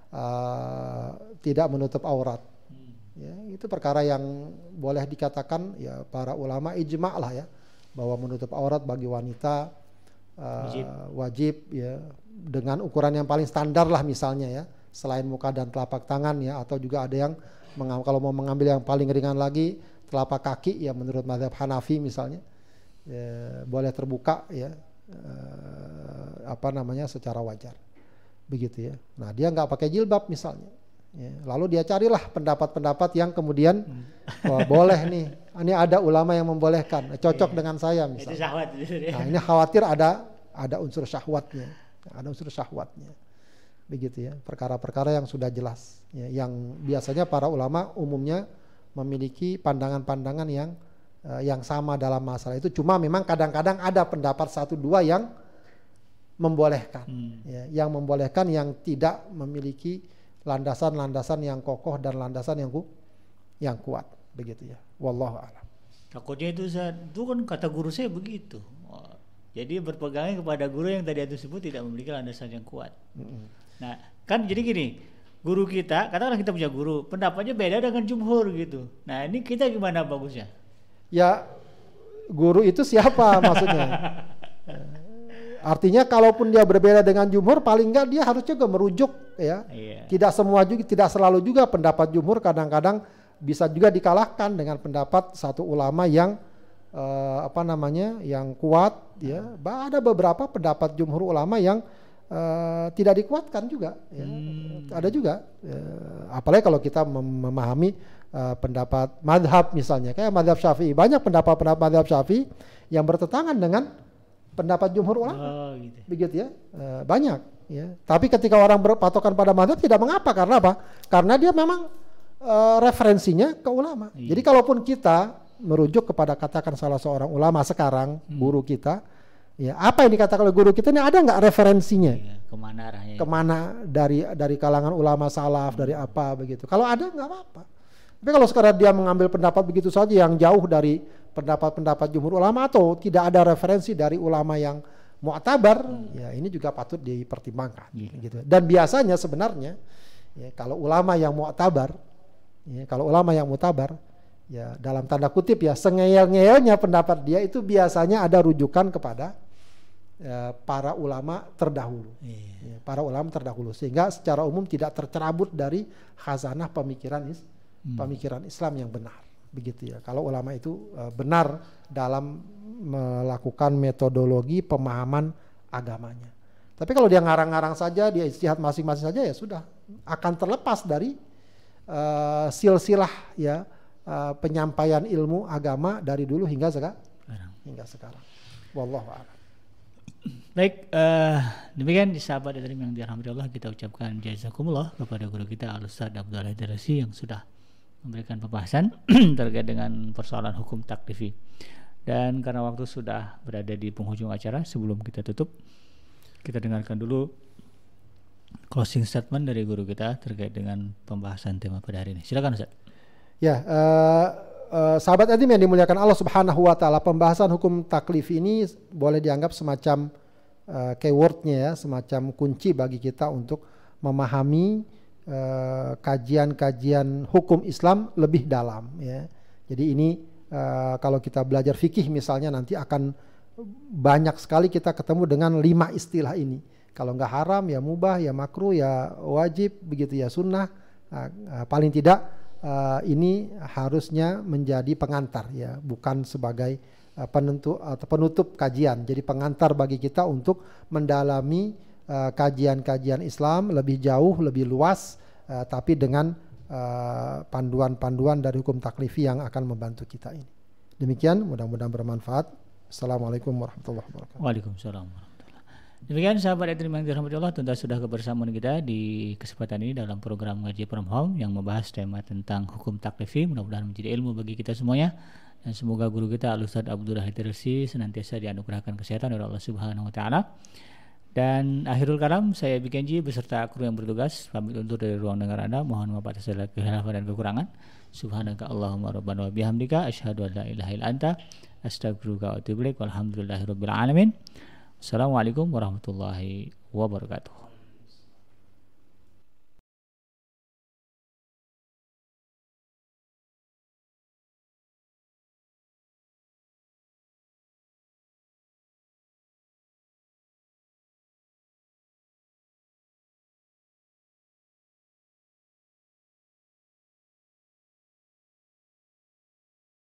uh, tidak menutup aurat, hmm. ya, itu perkara yang boleh dikatakan ya para ulama ijma' lah ya, bahwa menutup aurat bagi wanita uh, wajib. wajib, ya, dengan ukuran yang paling standar lah misalnya ya, selain muka dan telapak tangan ya, atau juga ada yang kalau mau mengambil yang paling ringan lagi telapak kaki ya menurut mazhab Hanafi misalnya, ya, boleh terbuka ya, eh, apa namanya secara wajar, begitu ya. Nah dia nggak pakai jilbab misalnya, ya, lalu dia carilah pendapat-pendapat yang kemudian hmm. oh, boleh nih, ini ada ulama yang membolehkan, cocok yeah. dengan saya misalnya. Itu syahwat, nah ini khawatir ada ada unsur syahwatnya, ada unsur syahwatnya. Begitu ya, perkara-perkara yang sudah jelas ya, yang biasanya para ulama umumnya memiliki pandangan-pandangan yang uh, yang sama dalam masalah itu, cuma memang kadang-kadang ada pendapat satu dua yang membolehkan, hmm. ya, yang membolehkan yang tidak memiliki landasan-landasan yang kokoh dan landasan yang ku, yang kuat, begitu ya. Wallahu a'lam. Takutnya itu Ustaz, itu kan kata guru saya begitu. Oh, jadi berpegangnya kepada guru yang tadi itu sebut tidak memiliki landasan yang kuat. Hmm. Nah, kan jadi gini, guru kita, katakanlah kita punya guru, pendapatnya beda dengan jumhur gitu. Nah, ini kita gimana bagusnya? Ya, guru itu siapa maksudnya? Artinya kalaupun dia berbeda dengan jumhur, paling enggak dia harus juga merujuk ya. Iya. Tidak semua juga, tidak selalu juga pendapat jumhur, kadang-kadang bisa juga dikalahkan dengan pendapat satu ulama yang uh, apa namanya, yang kuat ya. Ada beberapa pendapat jumhur ulama yang Uh, tidak dikuatkan juga, ya. hmm. ada juga, uh, apalagi kalau kita mem- memahami uh, pendapat madhab misalnya, kayak madhab Syafi'i, banyak pendapat-pendapat madhab Syafi'i yang bertentangan dengan pendapat jumhur ulama, oh, gitu. begitu ya, uh, banyak, ya. Tapi ketika orang berpatokan pada madhab tidak mengapa, karena apa? Karena dia memang uh, referensinya ke ulama. Iya. Jadi kalaupun kita merujuk kepada katakan salah seorang ulama sekarang, hmm. guru kita. Ya, apa yang dikatakan oleh guru kita ini ada nggak referensinya? Iya, kemana arahnya? Kemana dari dari kalangan ulama salaf, hmm. dari apa begitu? Kalau ada nggak apa-apa. Tapi kalau sekarang dia mengambil pendapat begitu saja yang jauh dari pendapat-pendapat jumhur ulama atau tidak ada referensi dari ulama yang mu'tabar, hmm. ya ini juga patut dipertimbangkan. Hmm. Gitu. Dan biasanya sebenarnya ya, kalau ulama yang mu'tabar, ya, kalau ulama yang mu'tabar, ya dalam tanda kutip ya sengeyel-ngeyelnya pendapat dia itu biasanya ada rujukan kepada ya, para ulama terdahulu, yeah. ya, para ulama terdahulu, sehingga secara umum tidak tercerabut dari khazanah pemikiran is, hmm. pemikiran Islam yang benar, begitu ya. Kalau ulama itu uh, benar dalam melakukan metodologi pemahaman agamanya. Tapi kalau dia ngarang-ngarang saja, dia ijtihad masing-masing saja, ya sudah akan terlepas dari uh, silsilah ya. Uh, penyampaian ilmu agama dari dulu hingga sekarang, hingga sekarang. Wallahu a'lam. Baik, uh, demikian sahabat dari yang dirahmati Allah, kita ucapkan jazakumullah kepada guru kita Al-Ustaz Abdul Haidarsi yang sudah memberikan pembahasan terkait dengan persoalan hukum taklifi. Dan karena waktu sudah berada di penghujung acara, sebelum kita tutup, kita dengarkan dulu closing statement dari guru kita terkait dengan pembahasan tema pada hari ini. Silakan Ustaz. Ya, uh, uh, sahabat Edim yang dimuliakan Allah Subhanahu wa taala, pembahasan hukum taklifi ini boleh dianggap semacam Uh, keywordnya ya, semacam kunci bagi kita untuk memahami uh, kajian-kajian hukum Islam lebih dalam ya. Jadi ini uh, kalau kita belajar fikih misalnya nanti akan banyak sekali kita ketemu dengan lima istilah ini. Kalau nggak haram ya mubah, ya makruh, ya wajib, begitu ya sunnah. Uh, uh, paling tidak uh, ini harusnya menjadi pengantar ya, bukan sebagai penentu atau penutup kajian. Jadi pengantar bagi kita untuk mendalami uh, kajian-kajian Islam lebih jauh, lebih luas, uh, tapi dengan uh, panduan-panduan dari hukum taklifi yang akan membantu kita ini. Demikian, mudah-mudahan bermanfaat. Assalamualaikum warahmatullahi wabarakatuh. Waalaikumsalam warahmatullahi wabarakatuh. Demikian sahabat yang dirahmati Allah, tentu sudah kebersamaan kita di kesempatan ini dalam program Ngaji From Home yang membahas tema tentang hukum taklifi. Mudah-mudahan menjadi ilmu bagi kita semuanya. Dan semoga guru kita Al-Ustaz Abdul Haidarsi senantiasa dianugerahkan kesehatan oleh Allah Subhanahu wa taala. Dan akhirul kalam, saya Bikenji beserta kru yang bertugas pamit undur dari ruang dengar Anda. Mohon maaf atas segala kehilafan dan kekurangan. Subhanaka Allahumma rabbana wa bihamdika asyhadu an la ilaha illa anta astaghfiruka wa atubu ilaik. Walhamdulillahirabbil alamin. Assalamualaikum warahmatullahi wabarakatuh.